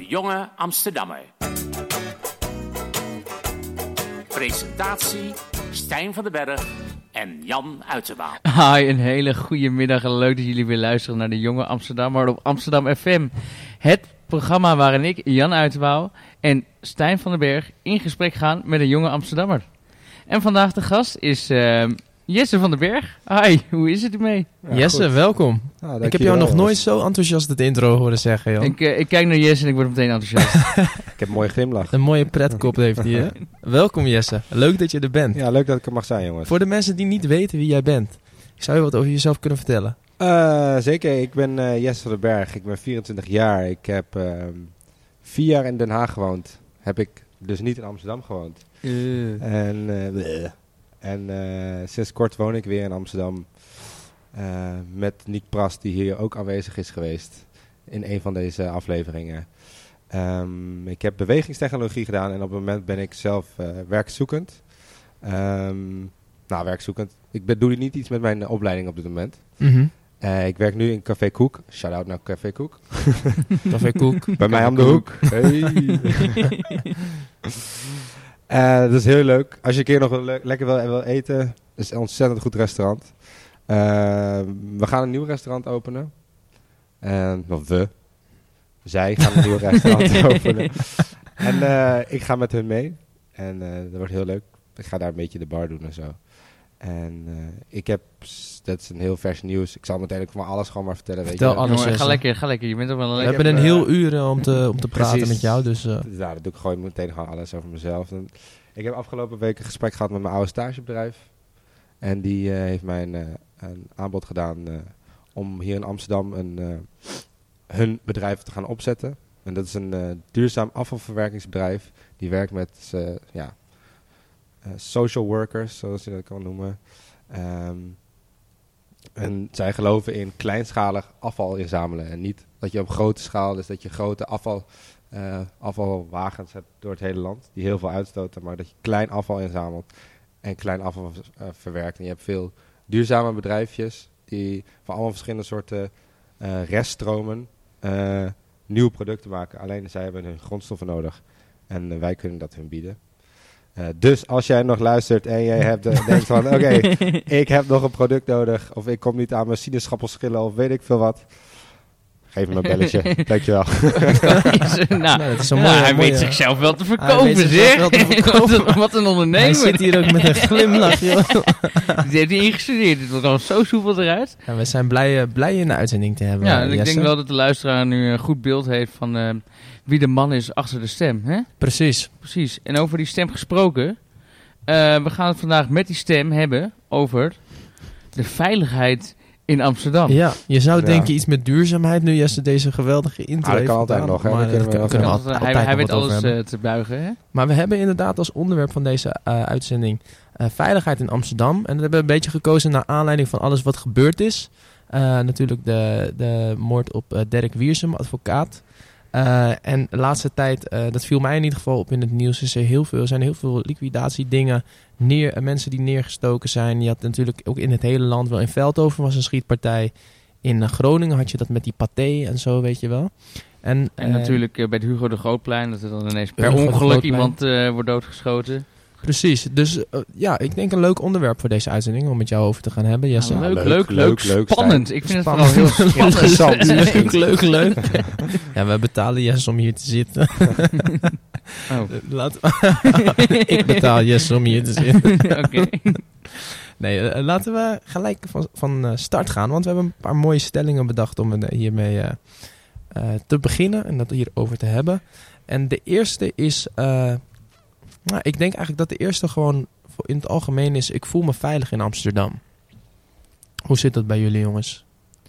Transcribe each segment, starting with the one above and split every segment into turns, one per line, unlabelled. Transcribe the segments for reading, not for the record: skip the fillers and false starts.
Jonge Amsterdammer. Presentatie Stijn van den Berg en Jan Uiterwaal.
Hi, een hele goede middag en leuk dat jullie weer luisteren naar de Jonge Amsterdammer op Amsterdam FM. Het programma waarin ik, Jan Uiterwaal en Stijn van den Berg in gesprek gaan met een jonge Amsterdammer. En vandaag de gast is Jesse van den Berg. Hi, hoe is het ermee?
Ja,
Jesse,
goed.
welkom.
Nou,
Ik heb jou nog nooit zo enthousiast het intro horen zeggen, joh.
Ik kijk naar Jesse en ik word meteen enthousiast.
Ik heb een mooie glimlach.
Een mooie pretkop heeft hij, hè? Welkom, Jesse. Leuk dat je er bent.
Ja, leuk dat ik er mag zijn, jongens.
Voor de mensen die niet weten wie jij bent, zou je wat over jezelf kunnen vertellen?
Zeker, ik ben Jesse van den Berg. Ik ben 24 jaar. Ik heb 4 jaar in Den Haag gewoond. Heb ik dus niet in Amsterdam gewoond. En sinds kort woon ik weer in Amsterdam. Met Nick Prast, die hier ook aanwezig is geweest in een van deze afleveringen. Ik heb bewegingstechnologie gedaan en op het moment ben ik zelf werkzoekend. Werkzoekend. Ik doe niet iets met mijn opleiding op dit moment.
Mm-hmm.
Ik werk nu in Café Koek. Shout-out naar Café Koek.
Café Koek.
Bij mij om de hoek. Hey. Dat is heel leuk. Als je een keer nog lekker wil eten, is het een ontzettend goed restaurant. We gaan een nieuw restaurant openen. Zij gaan een nieuw restaurant openen. En ik ga met hun mee. En dat wordt heel leuk. Ik ga daar een beetje de bar doen en zo. En dat is een heel vers nieuws. Ik zal meteen ook van alles gewoon maar vertellen.
Vertel
weet je.
alles.
Jongen, ga lekker. Je bent toch wel een
We
lekker...
hebben een heel uur om te praten
precies.
met jou, dus...
Dus ja, dat doe ik gewoon meteen gewoon alles over mezelf. En ik heb afgelopen week een gesprek gehad met mijn oude stagebedrijf. En die heeft mij een aanbod gedaan om hier in Amsterdam hun bedrijf te gaan opzetten. En dat is een duurzaam afvalverwerkingsbedrijf. Die werkt met social workers, zoals je dat kan noemen. En zij geloven in kleinschalig afval inzamelen. En niet dat je op grote schaal, dus dat je grote afvalwagens hebt door het hele land. Die heel veel uitstoten, maar dat je klein afval inzamelt en klein afval verwerkt. En je hebt veel duurzame bedrijfjes die van allemaal verschillende soorten reststromen nieuwe producten maken. Alleen zij hebben hun grondstoffen nodig. En wij kunnen dat hun bieden. Dus als jij nog luistert en jij denkt van oké, ik heb nog een product nodig. Of ik kom niet aan mijn sinaasappelschillen of weet ik veel wat. Geef me een belletje. Dankjewel.
dat is een mooie,
hij weet zichzelf wel te verkopen, zeg. Wat een ondernemer.
Hij zit hier ook met een glimlach, joh.
Die heeft hij ingestudeerd. Het wordt al zo soepel eruit.
Ja, we zijn blij in de uitzending te hebben.
Ja, en ik
Jesse.
denk wel dat de luisteraar nu een goed beeld heeft van wie de man is achter de stem. Hè?
Precies.
Precies. En over die stem gesproken. We gaan het vandaag met die stem hebben over de veiligheid in Amsterdam.
Ja, je zou denken iets met duurzaamheid nu Jesse deze geweldige intro
dat kan
heeft
altijd
gedaan,
nog, hè.
maar
Daar kunnen we
altijd
Hij
nog
weet
wat over
alles
hebben.
te buigen. Hè?
Maar we hebben inderdaad als onderwerp van deze uitzending veiligheid in Amsterdam. En dat hebben we een beetje gekozen naar aanleiding van alles wat gebeurd is. Natuurlijk de moord op Derek Wiersum, advocaat. En de laatste tijd, dat viel mij in ieder geval op in het nieuws, er zijn heel veel liquidatiedingen, mensen die neergestoken zijn. Je had natuurlijk ook in het hele land, wel in Veldhoven was een schietpartij. In Groningen had je dat met die paté en zo, weet je wel. En
natuurlijk bij het Hugo de Grootplein, dat er dan ineens per
Hugo de
ongeluk
Grootplein.
iemand wordt doodgeschoten.
Precies, dus ik denk een leuk onderwerp voor deze uitzending om met jou over te gaan hebben, Jesse.
Ja,
leuk,
spannend. Ik vind het vooral
Spannend.
heel
Interessant.
leuk. Ja, we betalen Jesse om hier te zitten.
Oh.
Ik betaal Jesse om hier te zitten.
Oké.
Nee, laten we gelijk van start gaan. Want we hebben een paar mooie stellingen bedacht om hiermee te beginnen. En dat hierover te hebben. En de eerste is... ik denk eigenlijk dat de eerste gewoon in het algemeen is... Ik voel me veilig in Amsterdam. Hoe zit dat bij jullie, jongens?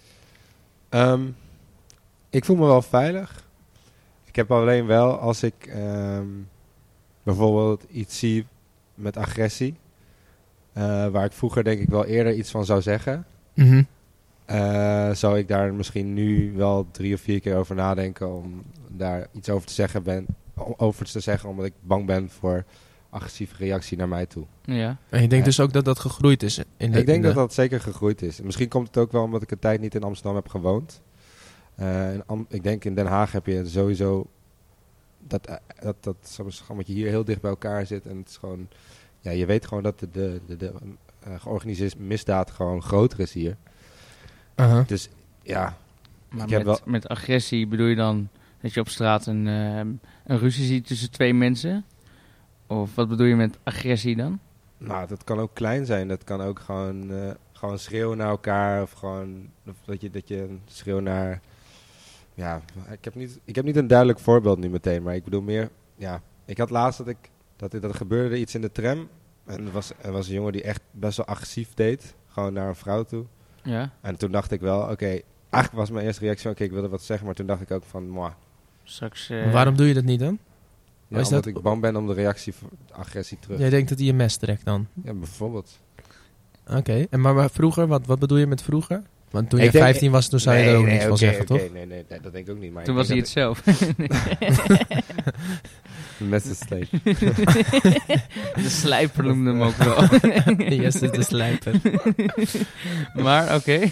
Ik voel me wel veilig. Ik heb alleen wel, als ik bijvoorbeeld iets zie met agressie... waar ik vroeger denk ik wel eerder iets van zou zeggen...
Mm-hmm.
Zou ik daar misschien nu wel 3 of 4 keer over nadenken... om daar iets over te zeggen... omdat ik bang ben voor agressieve reactie naar mij toe.
Ja.
En je denkt dus ook dat dat gegroeid is?
Ik denk dat dat zeker gegroeid is. Misschien komt het ook wel omdat ik een tijd niet in Amsterdam heb gewoond. Ik denk in Den Haag heb je sowieso dat omdat je hier heel dicht bij elkaar zit en het is gewoon, ja, je weet gewoon dat de georganiseerde misdaad gewoon groter is hier.
Uh-huh.
Dus ja,
Maar met agressie bedoel je dan dat je op straat een ruzie ziet tussen twee mensen? Of wat bedoel je met agressie dan?
nou, dat kan ook klein zijn. Dat kan ook gewoon schreeuwen naar elkaar of gewoon of dat je een schreeuw naar. Ja, ik heb niet een duidelijk voorbeeld nu meteen, maar ik bedoel meer. Ja, ik had laatst dat er gebeurde iets in de tram en er was een jongen die echt best wel agressief deed, gewoon naar een vrouw toe.
Ja.
En toen dacht ik wel, oké, eigenlijk was mijn eerste reactie, oké, ik wilde wat zeggen, maar toen dacht ik ook van, moi.
Straks...
Waarom doe je dat niet dan?
Ja,
is
omdat
dat-
ik bang ben om de agressie terug.
Jij denkt dat hij een mes trekt dan?
Ja, bijvoorbeeld.
Oké. En maar vroeger, wat bedoel je met vroeger? Want toen je
Ik denk-
15 was, toen zou je er ook niks van zeggen, toch?
Nee, dat denk ik ook niet. Maar
Toen
ik
was hij
denk
het zelf.
Met de steek.
De slijper noemde hem ook wel.
Yes, is de slijper.
Maar oké.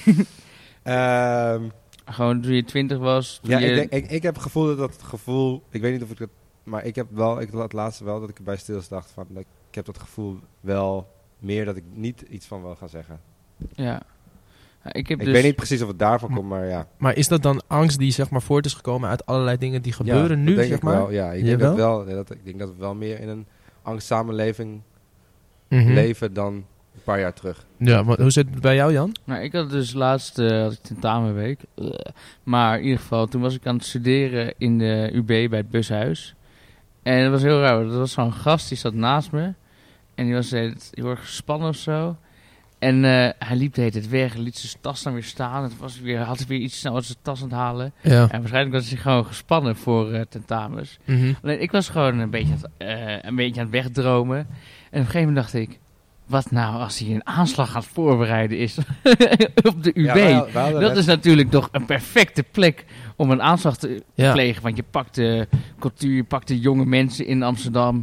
Gewoon toen je 20 was.
Ja,
toen je...
ik heb het gevoel dat het gevoel... Ik weet niet of ik dat... Maar ik had het laatste wel dat ik erbij stildacht van... Ik heb dat gevoel wel meer dat ik niet iets van wil gaan zeggen.
Ja. Ik heb
Ik
dus...
weet niet precies of het daarvan komt, maar ja.
Maar is dat dan angst die zeg maar voort is gekomen uit allerlei dingen die
Ja,
gebeuren
dat
nu,
denk
zeg
ik
maar?
wel. Ja, ik denk dat wel. Ik denk dat we wel meer in een angstsamenleving
Mhm.
leven dan een paar jaar terug.
Ja, maar hoe zit het bij jou, Jan?
Nou, ik had dus laatst had ik tentamenweek. Maar in ieder geval, toen was ik aan het studeren in de UB bij het bushuis. En dat was heel raar. Dat was zo'n gast, die zat naast me. En die was heel erg gespannen of zo. En hij liep de hele tijd weg. Liet zijn tas dan weer staan. Het was weer, had weer iets snel uit zijn tas aan het halen.
Ja.
En waarschijnlijk was hij gewoon gespannen voor tentamens.
Mhm.
Alleen ik was gewoon een beetje aan het wegdromen. En op een gegeven moment dacht ik... Wat nou als hij een aanslag aan het voorbereiden is op de UB?
Ja, wij hadden
Dat
net-
is natuurlijk toch een perfecte plek om een aanslag te
Ja.
plegen. Want je pakt de cultuur, je pakt de jonge mensen in Amsterdam.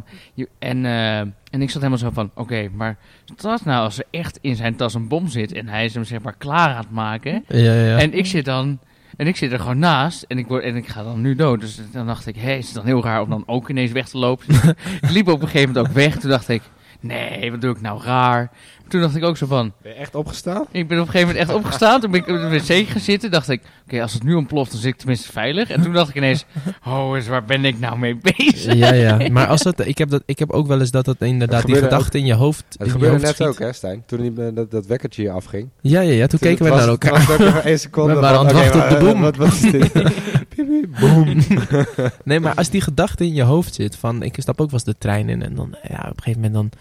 En ik zat helemaal zo van, oké, maar wat nou als er echt in zijn tas een bom zit... en hij is hem zeg maar klaar aan het maken...
Ja.
En ik zit er gewoon naast en ik ga dan nu dood. Dus dan dacht ik, is het dan heel raar om dan ook ineens weg te lopen? Dus ik liep op een gegeven moment ook weg. Toen dacht ik, nee, wat doe ik nou raar? Toen dacht ik ook zo van,
Ben je echt opgestaan?
ik ben op een gegeven moment echt opgestaan. Toen ben ik op de wc gaan zitten. Dacht ik, oké, als het nu ontploft, dan zit ik tenminste veilig. En toen dacht ik ineens, eens waar ben ik nou mee bezig?
Ja. Maar als dat, ik heb ook wel eens dat het inderdaad die
gebeurde
gedachte in je hoofd.
Het
in je
gebeurde
hoofd
net
schiet.
ook, hè, Stijn? Toen dat wekkertje hier afging.
Ja. Toen keken we naar elkaar.
Het was ook even 1 seconde.
We waren aan het
van,
wachten
oké,
op de boom.
Wat is dit? Piep, piep, boom.
Nee, maar als die gedachte in je hoofd zit van... Ik stap ook wel eens de trein in en dan... Ja, op een gegeven moment dan...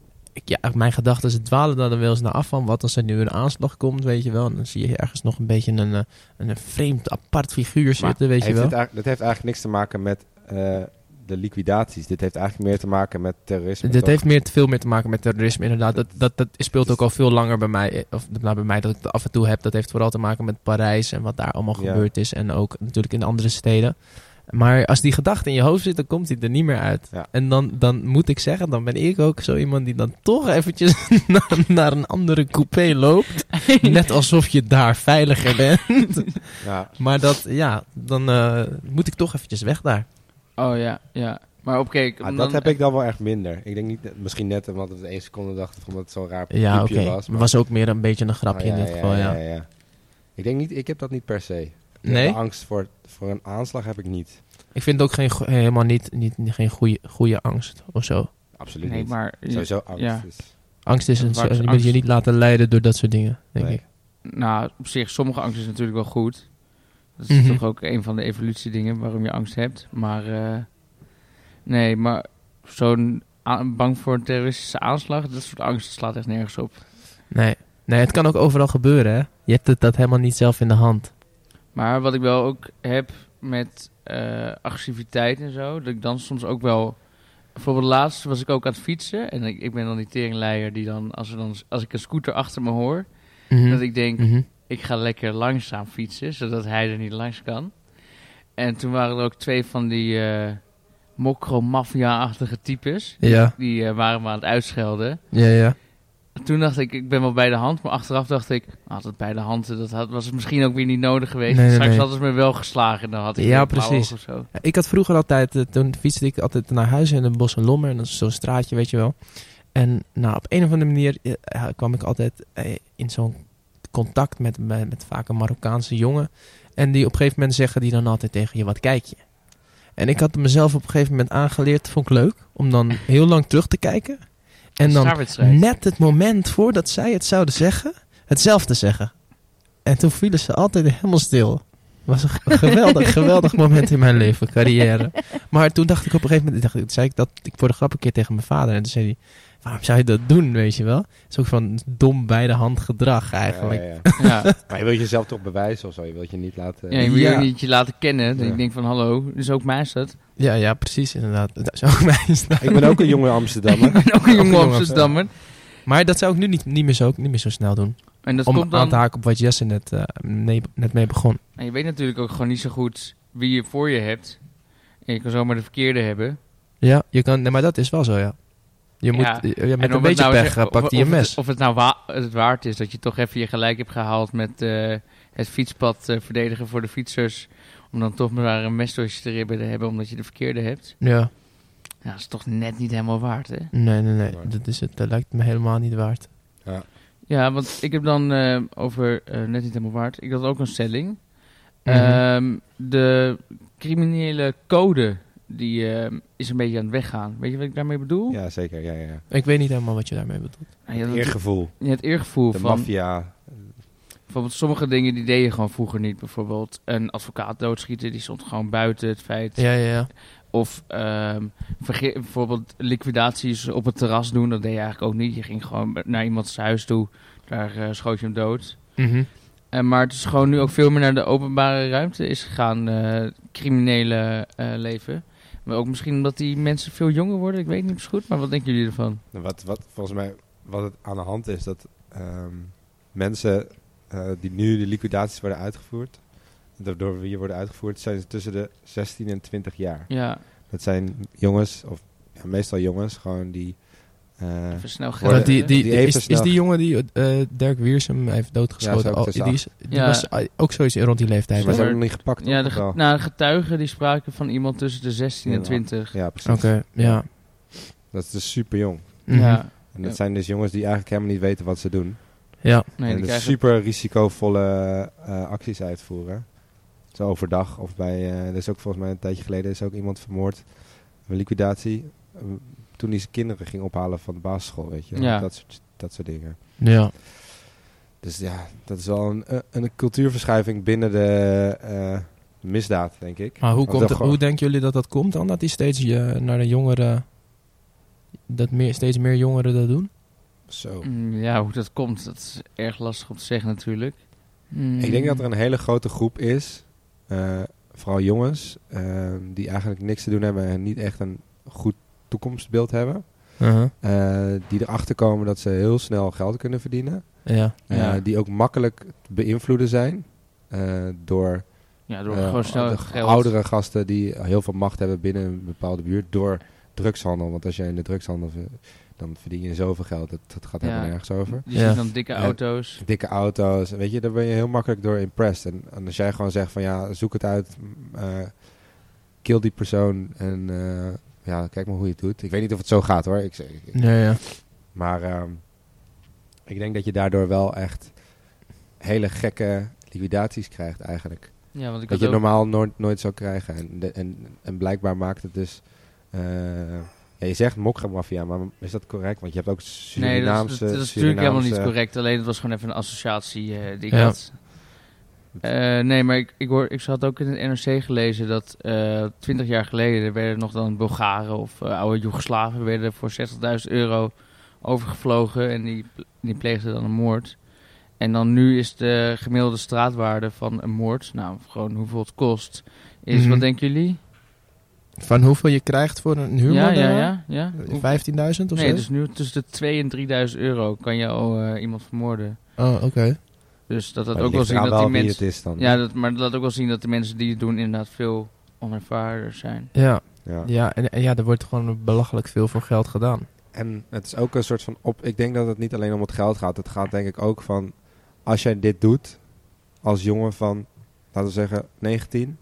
mijn gedachten ze dwalen dan wel eens naar af van... Wat als er nu een aanslag komt, weet je wel. En dan zie je ergens nog een beetje een vreemd, apart figuur zitten, weet je wel.
Dat heeft eigenlijk niks te maken met de liquidaties. Dit heeft eigenlijk meer te maken met terrorisme.
Dit
toch?
heeft veel meer te maken met terrorisme, inderdaad. Dat speelt ook al veel langer bij mij. Of bij mij dat ik het af en toe heb. Dat heeft vooral te maken met Parijs en wat daar allemaal
Ja.
gebeurd is. En ook natuurlijk in andere steden. Maar als die gedachte in je hoofd zit, dan komt hij er niet meer uit.
Ja.
En dan moet ik zeggen, dan ben ik ook zo iemand die dan toch eventjes naar een andere coupé loopt. Net alsof je daar veiliger bent.
Ja.
Maar dan moet ik toch eventjes weg daar.
Oh ja. Maar
Dat heb ik dan wel echt minder. Ik denk niet, misschien net omdat het 1 seconde dacht of omdat het zo'n raar
Ja,
piepje
oké.
was.
Het
maar-
was ook meer een beetje een grapje
Oh,
in dit geval, ja.
Ik denk niet, ik heb dat niet per se.
Nee?
De angst voor een aanslag heb ik niet.
Ik vind het ook helemaal niet geen goede angst of zo.
Absoluut
Nee,
niet.
maar...
Sowieso angst.
Ja.
Is,
Angst is
Waar is
je moet
angst?
je niet laten leiden door dat soort dingen, denk
Nee.
ik.
Nou, op zich, sommige angst is natuurlijk wel goed. Dat is
Mhm.
toch ook een van de evolutiedingen waarom je angst hebt. Maar nee, maar zo'n bang voor een terroristische aanslag, dat soort angst slaat echt nergens op.
Nee, het kan ook overal gebeuren, hè. Je hebt dat helemaal niet zelf in de hand.
Maar wat ik wel ook heb met agressiviteit en zo, dat ik dan soms ook wel... Bijvoorbeeld laatst was ik ook aan het fietsen en ik ben dan die teringleier die dan, als ik een scooter achter me hoor, dat ik denk,
Mhm.
ik ga lekker langzaam fietsen, zodat hij er niet langs kan. En toen waren er ook 2 van die mokro-maffia-achtige types.
Ja.
Die waren me aan het uitschelden.
Ja.
toen dacht ik ben wel bij de hand. Maar achteraf dacht ik, had het bij de hand. Was het misschien ook weer niet nodig geweest.
Nee,
Straks
nee.
hadden ze me wel geslagen. En dan had ik
Ja,
weer een blauw
precies.
oog of zo.
Ja, ik had vroeger altijd, toen fietste ik altijd naar huis in een bos en Lommer. En dat is zo'n straatje, weet je wel. En nou, op een of andere manier kwam ik altijd in zo'n contact met vaak een Marokkaanse jongen. En die op een gegeven moment zeggen die dan altijd tegen je, wat kijk je? En ik had mezelf op een gegeven moment aangeleerd, vond ik leuk, om dan heel lang terug te kijken. En dan
Starwedstrijd.
net het moment voordat zij het zouden zeggen, hetzelfde zeggen. En toen vielen ze altijd helemaal stil. Het was een geweldig moment in mijn leven, carrière. Maar toen dacht ik op een gegeven moment, zei ik dat ik voor de grap een keer tegen mijn vader. En toen zei hij, waarom zou je dat doen, weet je wel? Het is ook van dom bij de hand gedrag eigenlijk.
Ja.
Ja.
Maar je wilt jezelf toch bewijzen of zo? Je wilt je niet laten...
Ja, je moet je
Ja.
niet je laten kennen. Dan
Ja.
ik denk van, hallo, dus ook mij is dat.
Ja, precies, inderdaad. Dat is ook mijn stijl.
Ik ben ook een jonge Amsterdammer.
Ik ben ook een jonge
jonge
Amsterdammer.
Maar dat zou ik nu niet meer zo snel doen.
En dat
Om
komt
aan
dan...
te haken op wat Jesse net mee begon.
En je weet natuurlijk ook gewoon niet zo goed wie je voor je hebt. En je kan zomaar de verkeerde hebben.
Ja, je kan, nee, maar dat is wel zo, ja. Je moet,
Ja.
met
En
een
of het
beetje
nou
pech
zeg-
pakt hij een mes.
Of het nou het waard is dat je toch even je gelijk hebt gehaald met het fietspad verdedigen voor de fietsers. Om dan toch maar een mes door je te hebben omdat je de verkeerde hebt.
Ja,
Ja, dat is toch net niet helemaal waard, hè?
nee.
Nee.
Dat is het. Dat lijkt me helemaal niet waard.
Ja, want ik heb dan over net niet helemaal waard. Ik had ook een stelling.
Mhm.
De criminele code die is een beetje aan het weggaan. Weet je wat ik daarmee bedoel?
Ja, zeker. Ja.
Ik weet niet helemaal wat je daarmee bedoelt.
Nou, je had
Eergevoel.
het eergevoel
De
van...
maffia.
Bijvoorbeeld sommige dingen die deed je gewoon vroeger niet. Bijvoorbeeld een advocaat doodschieten, die stond gewoon buiten het feit.
Ja.
Of bijvoorbeeld liquidaties op het terras doen, dat deed je eigenlijk ook niet. Je ging gewoon naar iemands huis toe, daar schoot je hem dood.
Mhm.
Maar het is gewoon nu ook veel meer naar de openbare ruimte is gegaan, criminele leven. Maar ook misschien omdat die mensen veel jonger worden, ik weet niet zo goed. Maar wat denken jullie ervan?
Wat volgens mij wat het aan de hand is, dat mensen die nu de liquidaties worden uitgevoerd, door wie worden uitgevoerd, zijn tussen de 16 en 20 jaar.
Ja,
Dat zijn jongens, of ja, meestal jongens, gewoon die...
even snel
Worden-
geld.
Want
die even
is
snel-
die jongen die Dirk Wiersum heeft doodgeschoten,
Ja, is ook tussen
die was ook zoiets rond die leeftijd.
maar ze
hè?
hebben nog niet gepakt,
Ja,
toch? Wel?
de getuigen die spraken van iemand tussen de 16 en 20.
Ja, precies.
Oké, ja.
Dat is dus super jong.
Mhm.
Ja,
En dat
Ja.
zijn dus jongens die eigenlijk helemaal niet weten wat ze doen.
Ja.
nee,
en
die
dus
krijgen...
super risicovolle acties uitvoeren. Zo overdag. Of bij, er is ook volgens mij een tijdje geleden is ook iemand vermoord. Een liquidatie. Toen hij zijn kinderen ging ophalen van de basisschool, weet je wel.
Ja.
Dat soort dingen.
Ja.
Dus ja, dat is wel een cultuurverschuiving binnen de misdaad, denk ik.
Maar
Want dat
hoe denken jullie dat dat komt dan? Dat die steeds naar de jongeren, steeds meer jongeren dat doen?
Zo.
Ja, hoe dat komt, dat is erg lastig om te zeggen natuurlijk.
Ik denk dat er een hele grote groep is, vooral jongens, die eigenlijk niks te doen hebben en niet echt een goed toekomstbeeld hebben. Die erachter komen dat ze heel snel geld kunnen verdienen.
Ja.
Ja.
Die ook makkelijk te beïnvloeden zijn door
Ja, door gewoon snel
de
geld.
oudere gasten die heel veel macht hebben binnen een bepaalde buurt door drugshandel. Want als je in de drugshandel dan verdien je zoveel geld. Dat gaat helemaal
Ja.
nergens over.
Je
Ja.
ziet dan dikke
Ja.
auto's.
Dikke auto's, weet je, daar ben je heel makkelijk door impressed. En als jij gewoon zegt van ja, zoek het uit, kill die persoon en ja, kijk maar hoe je het doet. Ik weet niet of het zo gaat hoor.
Ja.
Maar ik denk dat je daardoor wel echt hele gekke liquidaties krijgt eigenlijk.
Ja, want ik
Dat
had
je
ook...
normaal nooit zou krijgen. En blijkbaar maakt het dus... ja, je zegt mokka-maffia, maar is dat correct? Want je hebt ook
Nee,
Surinaamse...
dat is natuurlijk helemaal niet
Surinaamse-
correct. Alleen het was gewoon even een associatie die ik
Ja.
had. Nee, maar ik had ook in het NRC gelezen dat 20 jaar geleden werden nog dan Bulgaren of oude Joegoslaven werden voor €60.000 overgevlogen en die pleegden dan een moord. En dan nu is de gemiddelde straatwaarde van een moord, nou gewoon hoeveel het kost, is,
Mhm.
wat denken jullie?
Van hoeveel je krijgt voor een huurman?
Ja.
15.000 of
Nee,
zo?
dus nu tussen de €2.000 en €3.000 kan je al iemand vermoorden.
Oh, oké.
Dus dat
Maar
ook wel
ligt
zien
eraan
dat die
wie
mensen...
het is dan.
Ja, maar dat laat ook wel zien dat de mensen die het doen inderdaad veel onervaarder zijn.
Ja.
Ja.
Ja, en ja, er wordt gewoon belachelijk veel voor geld gedaan.
En het is ook een soort van ik denk dat het niet alleen om het geld gaat. Het gaat denk ik ook van, als jij dit doet, als jongen van, laten we zeggen, 19,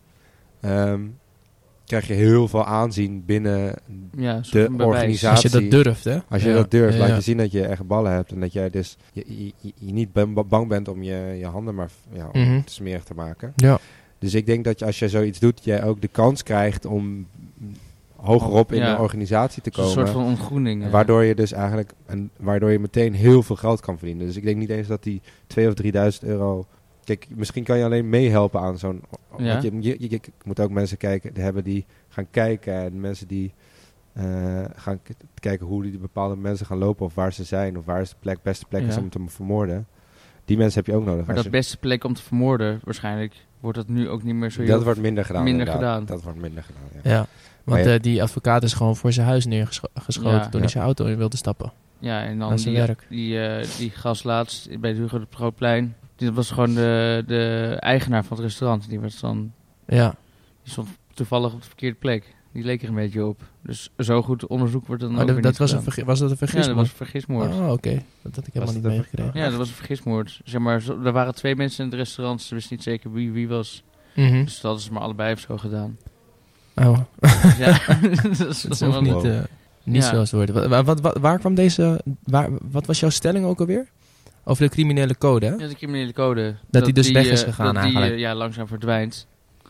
krijg je heel veel aanzien binnen de organisatie.
Als je dat durft, hè?
Als je dat durft, laat je zien dat je echt ballen hebt. En dat jij dus je niet bang bent om je handen maar te smerig te maken.
Ja.
Dus ik denk dat als je zoiets doet, jij ook de kans krijgt om hogerop in de organisatie te komen.
Een soort van ontgroening.
Waardoor je dus eigenlijk, waardoor je meteen heel veel geld kan verdienen. Dus ik denk niet eens dat die 2.000 of 3.000 euro... Kijk, misschien kan je alleen meehelpen aan zo'n...
Ja.
Je moet ook mensen hebben die gaan kijken. En mensen die gaan kijken hoe die bepaalde mensen gaan lopen. Of waar ze zijn. Of waar is de beste plek is om te vermoorden. Die mensen heb je ook nodig.
Maar dat beste plek om te vermoorden, waarschijnlijk, wordt dat nu ook niet meer zo...
Dat wordt minder gedaan.
Dat
wordt minder gedaan,
ja. Want die advocaat is gewoon voor zijn huis neergeschoten toen hij zijn auto in wilde stappen.
Ja, en dan die gast laatst bij het Hugo de Grootplein. Dat was gewoon de eigenaar van het restaurant. Die was dan...
Ja.
Die stond toevallig op de verkeerde plek. Die leek er een beetje op. Dus zo goed onderzoek wordt dan ook weer
dat
niet
was dat een vergismoord?
Ja, dat was een vergismoord.
Oh, oké. Dat had ik helemaal niet meegekregen.
Ja, dat was een vergismoord. Zeg maar, er waren 2 mensen in het restaurant. Ze wisten niet zeker wie was.
Mm-hmm.
Dus dat hadden ze maar allebei of zo gedaan.
Oh.
Ja. dat is
ook niet zoals het wordt. Waar kwam deze... Wat was jouw stelling ook alweer? Over de criminele code, hè?
Ja, de criminele code.
Dat die dus weg is gegaan eigenlijk.
Die langzaam verdwijnt.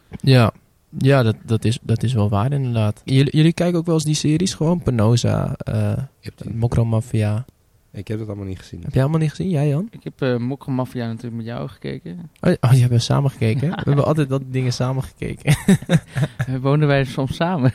Ja, dat is wel waar inderdaad. Jullie kijken ook wel eens die series gewoon? Penosa, Mokro Mafia.
Ik heb dat allemaal niet gezien.
Heb jij allemaal niet gezien? Jij, Jan?
Ik heb Mokro Mafia natuurlijk met jou gekeken.
Je hebt samen gekeken? We hebben altijd dat dingen samen gekeken.
Woonden wij soms samen?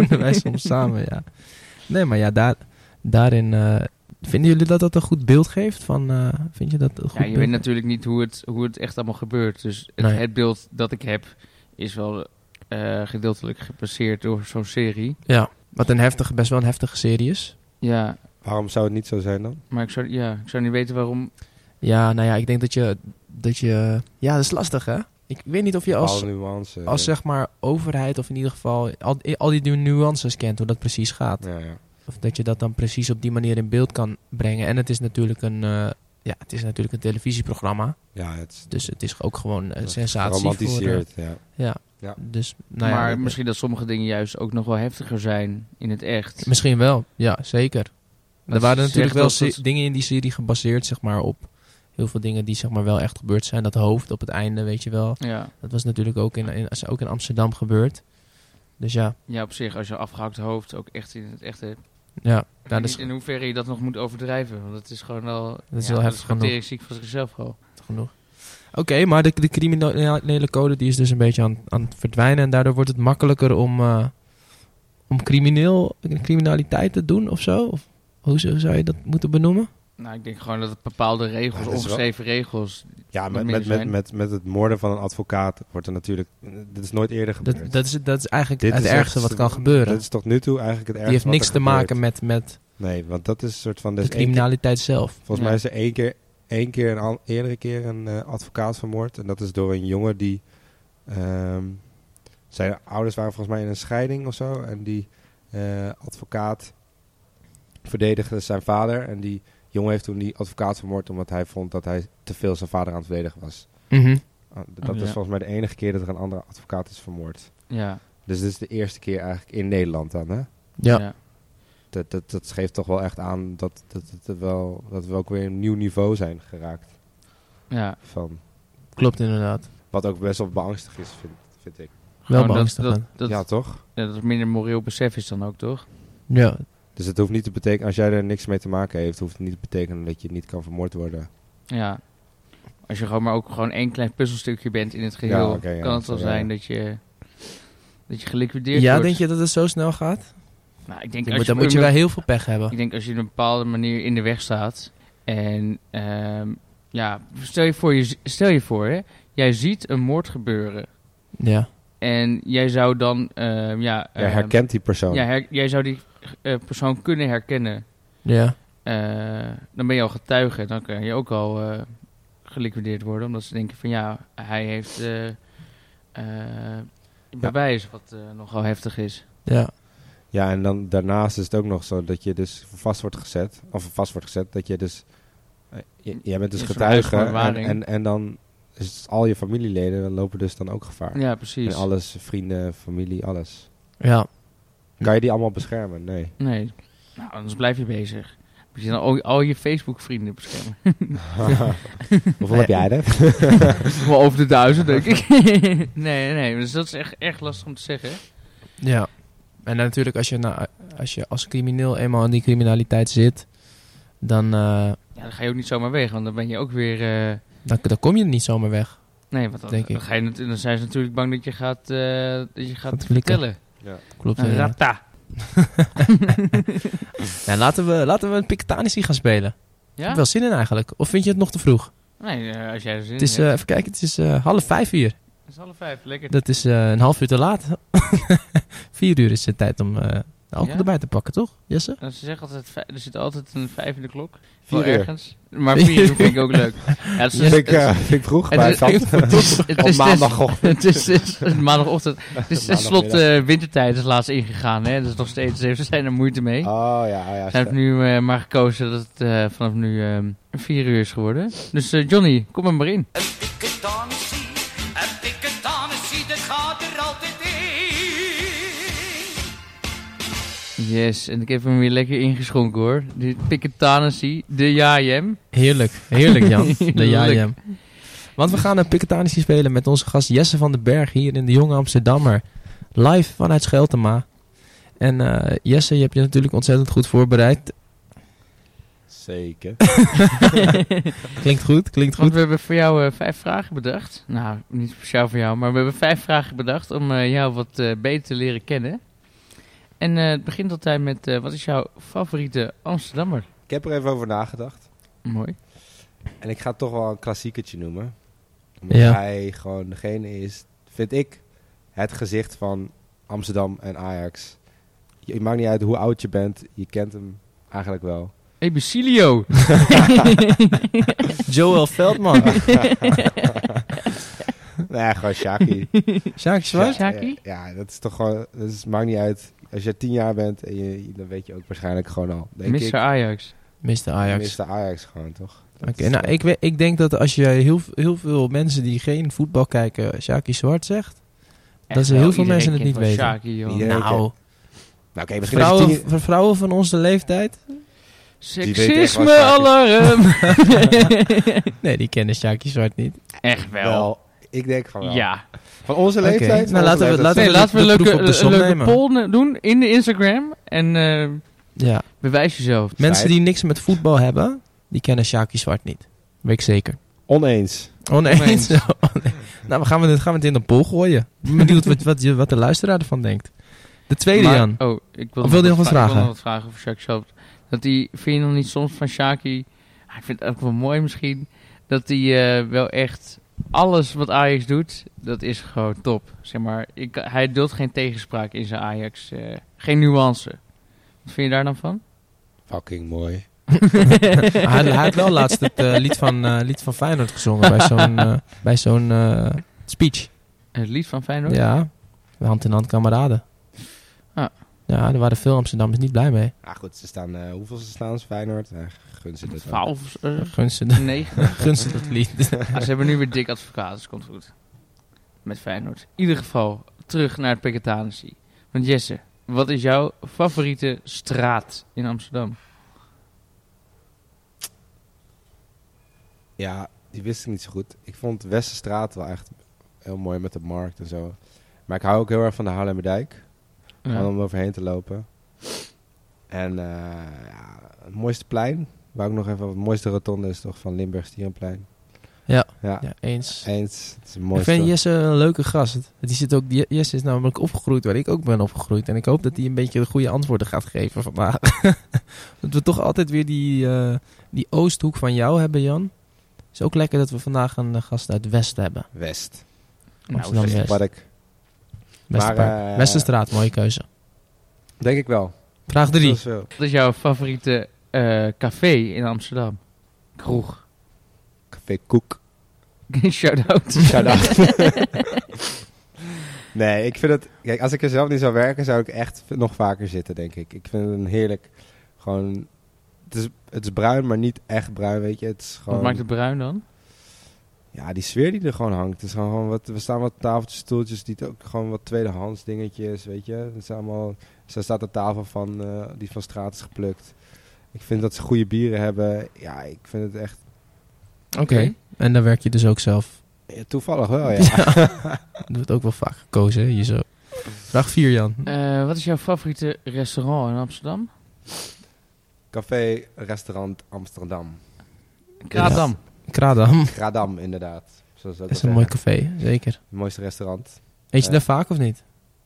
Ja. Nee, maar ja, daarin... vinden jullie dat een goed beeld geeft? Vind je dat een goed
beeld? Weet natuurlijk niet hoe het echt allemaal gebeurt. Dus het beeld dat ik heb is wel gedeeltelijk gepasseerd door zo'n serie.
Ja, wat best wel een heftige serie is.
Ja.
Waarom zou het niet zo zijn dan?
Maar ik zou niet weten waarom.
Ja, nou ja, ik denk dat je... Ja, dat is lastig, hè? Ik weet niet of je als zeg maar overheid of in ieder geval al die nuances kent, hoe dat precies gaat.
Ja.
Of dat je dat dan precies op die manier in beeld kan brengen. En het is natuurlijk een televisieprogramma.
Ja,
dus het is ook gewoon een sensatie.
Geromantiseerd,
ja. Dus,
maar misschien dat sommige dingen juist ook nog wel heftiger zijn in het echt.
Misschien wel, ja, zeker. Er waren natuurlijk wel dingen in die serie gebaseerd, zeg maar, op heel veel dingen die zeg maar wel echt gebeurd zijn. Dat hoofd op het einde, weet je wel.
Ja.
Dat was natuurlijk ook in Amsterdam gebeurd. Dus ja.
Ja, op zich, als je afgehakt hoofd ook echt in het echte...
Ja.
Ik weet niet in hoeverre je dat nog moet overdrijven. Want het is gewoon al...
Dat is wel heftig genoeg.
Dat is ziek van zichzelf al.
Genoeg. Oké, maar de criminele code die is dus een beetje aan het verdwijnen. En daardoor wordt het makkelijker om criminaliteit te doen of zo? Of hoe zou je dat moeten benoemen?
Nou, ik denk gewoon dat het bepaalde regels, ongeschreven regels...
Ja, met het moorden van een advocaat wordt er natuurlijk... Dat is nooit eerder gebeurd.
Dat is eigenlijk het ergste wat kan gebeuren.
Dat is tot nu toe eigenlijk het ergste.
Die heeft niks te maken met...
Nee, want dat is een soort van...
de criminaliteit zelf.
Volgens mij is er eerdere keer een advocaat vermoord. En dat is door een jongen die... zijn ouders waren volgens mij in een scheiding of zo. En die advocaat verdedigde zijn vader. En die jongen heeft toen die advocaat vermoord omdat hij vond dat hij te veel zijn vader aan het verdedigen was.
Mm-hmm.
Dat is volgens mij de enige keer dat er een andere advocaat is vermoord.
Ja.
Dus dit is de eerste keer eigenlijk in Nederland dan, hè?
Ja.
Dat geeft toch wel echt aan dat we ook weer een nieuw niveau zijn geraakt.
Ja.
Klopt inderdaad.
Wat ook best wel beangstig is, vind ik.
Wel beangstig.
Ja, toch?
Ja, dat het minder moreel besef is dan ook, toch?
Ja.
Dus het hoeft niet te betekenen, als jij er niks mee te maken heeft, hoeft het niet te betekenen dat je niet kan vermoord worden.
Ja. Als je gewoon maar ook gewoon één klein puzzelstukje bent in het geheel, kan het wel zijn dat je geliquideerd wordt.
Ja, denk je dat het zo snel gaat?
Nou, ik denk
dan moet je wel heel veel pech hebben.
Ik denk als je op een bepaalde manier in de weg staat en stel je voor, hè, jij ziet een moord gebeuren.
Ja.
En jij zou dan...
jij herkent die persoon.
Ja, jij zou die persoon kunnen herkennen.
Ja.
Dan ben je al getuige. Dan kan je ook al geliquideerd worden. Omdat ze denken van ja, hij heeft bewijs wat nogal heftig is.
Ja.
Ja, en dan daarnaast is het ook nog zo dat je dus vast wordt gezet. Dat je dus... jij bent dus
Is zo'n
getuige.
huisverwaring.
En dan is het al je familieleden lopen dus dan ook gevaar.
Ja, precies.
En alles, vrienden, familie, alles.
Ja.
Kan je die allemaal beschermen? Nee.
Nee, nou, anders blijf je bezig. Moet je dan al je Facebook-vrienden beschermen.
Hoeveel heb jij er?
Wel over de 1000, denk ik. nee, dus dat is echt lastig om te zeggen.
Ja. En natuurlijk als je als crimineel eenmaal in die criminaliteit zit, dan
Ja, dan ga je ook niet zomaar weg, want dan ben je ook weer...
dan kom je niet zomaar weg.
Nee, want
Denk ik.
dan zijn ze natuurlijk bang dat je gaat
flikken.
vertellen.
Ja.
Klopt.
Een
Ja.
rata.
Ja, laten we een Piketanissie gaan spelen. Ik
Ja?
heb wel zin in eigenlijk. Of vind je het nog te vroeg?
Nee, als jij er zin
Het is,
in hebt.
even kijken, het is 4:30 hier.
Het is 4:30, lekker.
Dat is een half uur te laat. 4 uur is het tijd om de alcohol
Ja?
erbij te pakken, toch, Jesse?
Nou, ze zeggen altijd, er zit altijd een 5 in de klok.
4
Wel
uur.
ergens. Maar 4 uur vind ik ook leuk. Ja, het is-
Vind ik vroeg bij
het is-
het op maandagochtend.
Het is maandagochtend. Het is tenslotte
Maandagmiddag.
wintertijd is laatst ingegaan. Hè? Dus nog steeds, ze zijn er moeite mee.
Oh ja.
Ze hebben nu maar gekozen dat het vanaf nu 4 uur is geworden. Dus Johnny, kom er maar in.
Een piketanissie, dat gaat er altijd in.
Yes, en ik heb hem weer lekker ingeschonken hoor. De Piketanissie, de Jajem.
Heerlijk Jan. De
Heerlijk.
Jajem. Want we gaan een Piketanissie spelen met onze gast Jesse van den Berg hier in de Jonge Amsterdammer. Live vanuit Scheltema. En Jesse, je hebt je natuurlijk ontzettend goed voorbereid.
Zeker.
Klinkt goed.
Want we hebben voor jou 5 vragen bedacht. Nou, niet speciaal voor jou, maar we hebben 5 vragen bedacht om jou wat beter te leren kennen. En het begint altijd met, wat is jouw favoriete Amsterdammer?
Ik heb er even over nagedacht.
Mooi.
En ik ga toch wel een klassiekertje noemen. Omdat
Ja.
hij gewoon degene is, vind ik, het gezicht van Amsterdam en Ajax. Het maakt niet uit hoe oud je bent, je kent hem eigenlijk wel.
Ebicilio.
Joel Veldman.
Nee, gewoon Shaki.
Sjaakje Zwart?
Shaki?
Ja, dat is toch gewoon, maakt niet uit. Als je 10 jaar bent, en dan weet je ook waarschijnlijk gewoon al. Denk
Mr.
ik.
Ajax.
Mr. Ajax.
Mr. Ajax gewoon, toch? Dat
Oké,
is
nou, ik denk dat als je heel veel mensen die geen voetbal kijken Sjaki Zwart zegt, dat ze heel veel mensen het niet weten.
Shaki, joh.
Iedereen
Nou,
Nou, oké, misschien als je 10
vrouwen van onze leeftijd?
weten echt wel
Seksisme-alarm.
Nee, die kennen Sjaki Zwart niet.
Echt wel.
wel. Ik denk van wel.
Ja.
Van onze
Oké,
leeftijd?
nou,
van onze
laten we-
leeftijd.
Nee, laten we
de
een
proef op de som
leuke
nemen.
poll doen in de Instagram. En
Ja.
bewijs jezelf.
Mensen die niks met voetbal hebben, die kennen Sjaki Zwart niet. Weet ik zeker.
Oneens.
Oneens.
Oneens.
Nou, gaan we het in een poll gooien. Ik ben benieuwd wat de luisteraar ervan denkt. De tweede,
Maar-
Jan.
Oh, ik wil
Of wilde je nog wat
Ik wil
vragen?
nog wat vragen over Shaki Zwart. Dat die, vind je nog niet soms van Shaki... Ah, ik vind het ook wel mooi misschien... Dat hij wel echt... Alles wat Ajax doet, dat is gewoon top. Zeg maar, hij duldt geen tegenspraak in zijn Ajax. Geen nuance. Wat vind je daar dan van?
Fucking mooi.
Hij had wel laatst het lied van Feyenoord gezongen bij zo'n speech.
Het lied van Feyenoord?
Ja, hand in hand kameraden.
Ah.
Ja, er waren veel Amsterdammers niet blij mee.
Nou goed, ze staan, hoeveel ze staan ze Feyenoord? Gun ze dit wel.
12,
Gun ze,
9.
gun ze dat lied.
Ze hebben nu weer dik advocaat, dus komt goed. Met Feyenoord. In ieder geval, terug naar het Piketanissie. Want Jesse, wat is jouw favoriete straat in Amsterdam?
Ja, die wist ik niet zo goed. Ik vond Westerstraat wel echt heel mooi met de markt en zo. Maar ik hou ook heel erg van de Haarlemmerdijk. Gewoon om overheen te lopen. En het mooiste plein. Waar ook nog even het mooiste rotonde is toch van Limburg Stierenplein.
Ja.
Ja,
Ja, eens.
eens. Het is een
Ik
mooiste.
vind Jesse een leuke gast. Jesse is namelijk opgegroeid waar ik ook ben opgegroeid. En ik hoop dat hij een beetje de goede antwoorden gaat geven vandaag. Dat we toch altijd weer die oosthoek van jou hebben, Jan. Is ook lekker dat we vandaag een gast uit West hebben.
West.
Amsterdam
zeg-
West.
Park.
Westerpark. Westerstraat, mooie keuze.
Denk ik wel.
Vraag 3.
Dat is veel.
Wat is jouw favoriete café in Amsterdam? Kroeg.
Café Koek.
Shout-out.
Shout-out. Nee, ik vind het... Kijk, als ik er zelf niet zou werken, zou ik echt nog vaker zitten, denk ik. Ik vind het een heerlijk... Gewoon... Het is bruin, maar niet echt bruin, weet je. Het is gewoon...
Wat maakt het bruin dan?
Ja, die sfeer die er gewoon hangt. Het is gewoon wat... We staan wat tafeltjes, stoeltjes, die ook gewoon wat tweedehands dingetjes, weet je. Het is allemaal... Zo staat de tafel van... die van straat is geplukt. Ik vind dat ze goede bieren hebben. Ja, ik vind het echt...
Oké. En dan werk je dus ook zelf.
Ja, toevallig wel, ja.
Dat wordt ook wel vaak gekozen, hè, hier zo. Vraag 4, Jan.
Wat is jouw favoriete restaurant in Amsterdam?
Café, restaurant Amsterdam.
Kraadam.
Kraadam.
Gradam, inderdaad. Zoals ze ook
Dat is
wel
een mooi
zeggen.
café, zeker.
Het mooiste restaurant.
Eet je daar vaak of niet?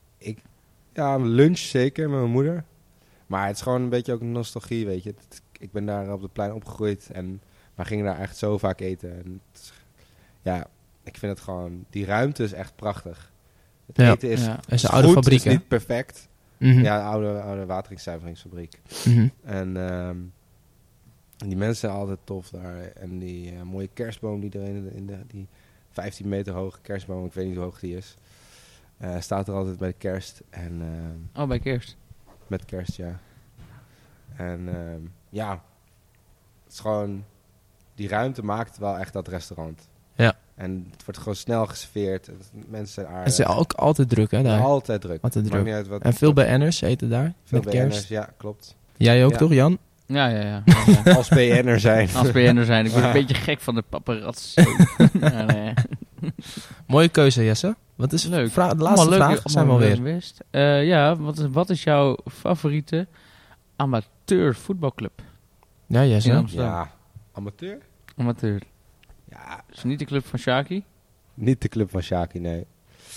Ja, lunch zeker met mijn moeder. Maar het is gewoon een beetje ook nostalgie, weet je. Ik ben daar op het plein opgegroeid en we gingen daar echt zo vaak eten. En ja, ik vind het gewoon... Die ruimte is echt prachtig. Het
Ja.
eten is
Ja.
Dat is een
goed,
oude fabriek,
het is
hè?
niet perfect.
Mhm.
Ja, een oude wateringszuiveringsfabriek.
Mhm.
En die mensen zijn altijd tof daar. En die mooie kerstboom die er die 15 meter hoge kerstboom, ik weet niet hoe hoog die is, staat er altijd bij de kerst. En
Oh, bij kerst.
met kerst, ja. En ja, het is gewoon... Die ruimte maakt wel echt dat restaurant.
Ja.
En het wordt gewoon snel geserveerd. Mensen zijn aardig.
Het is ook altijd druk, hè, daar.
Altijd druk.
Altijd
Maakt
druk.
niet uit wat,
En veel BN'ers eten daar,
veel
met kerst.
BN'ers, ja, klopt.
Jij ook,
Ja.
toch, Jan?
Ja.
Als BN'er zijn.
Als BN'er zijn. Ik ben een beetje gek van de paparazzi. Ja, nee.
Mooie keuze, Jesse. Wat is
Leuk.
de laatste vraag zijn we alweer.
Best. Ja, wat is jouw favoriete amateurvoetbalclub?
Ja,
In
Jesse.
Amsterdam.
Ja, amateur?
Amateur.
Ja,
Is het niet de club van Shaki?
niet de club van Shaki, nee.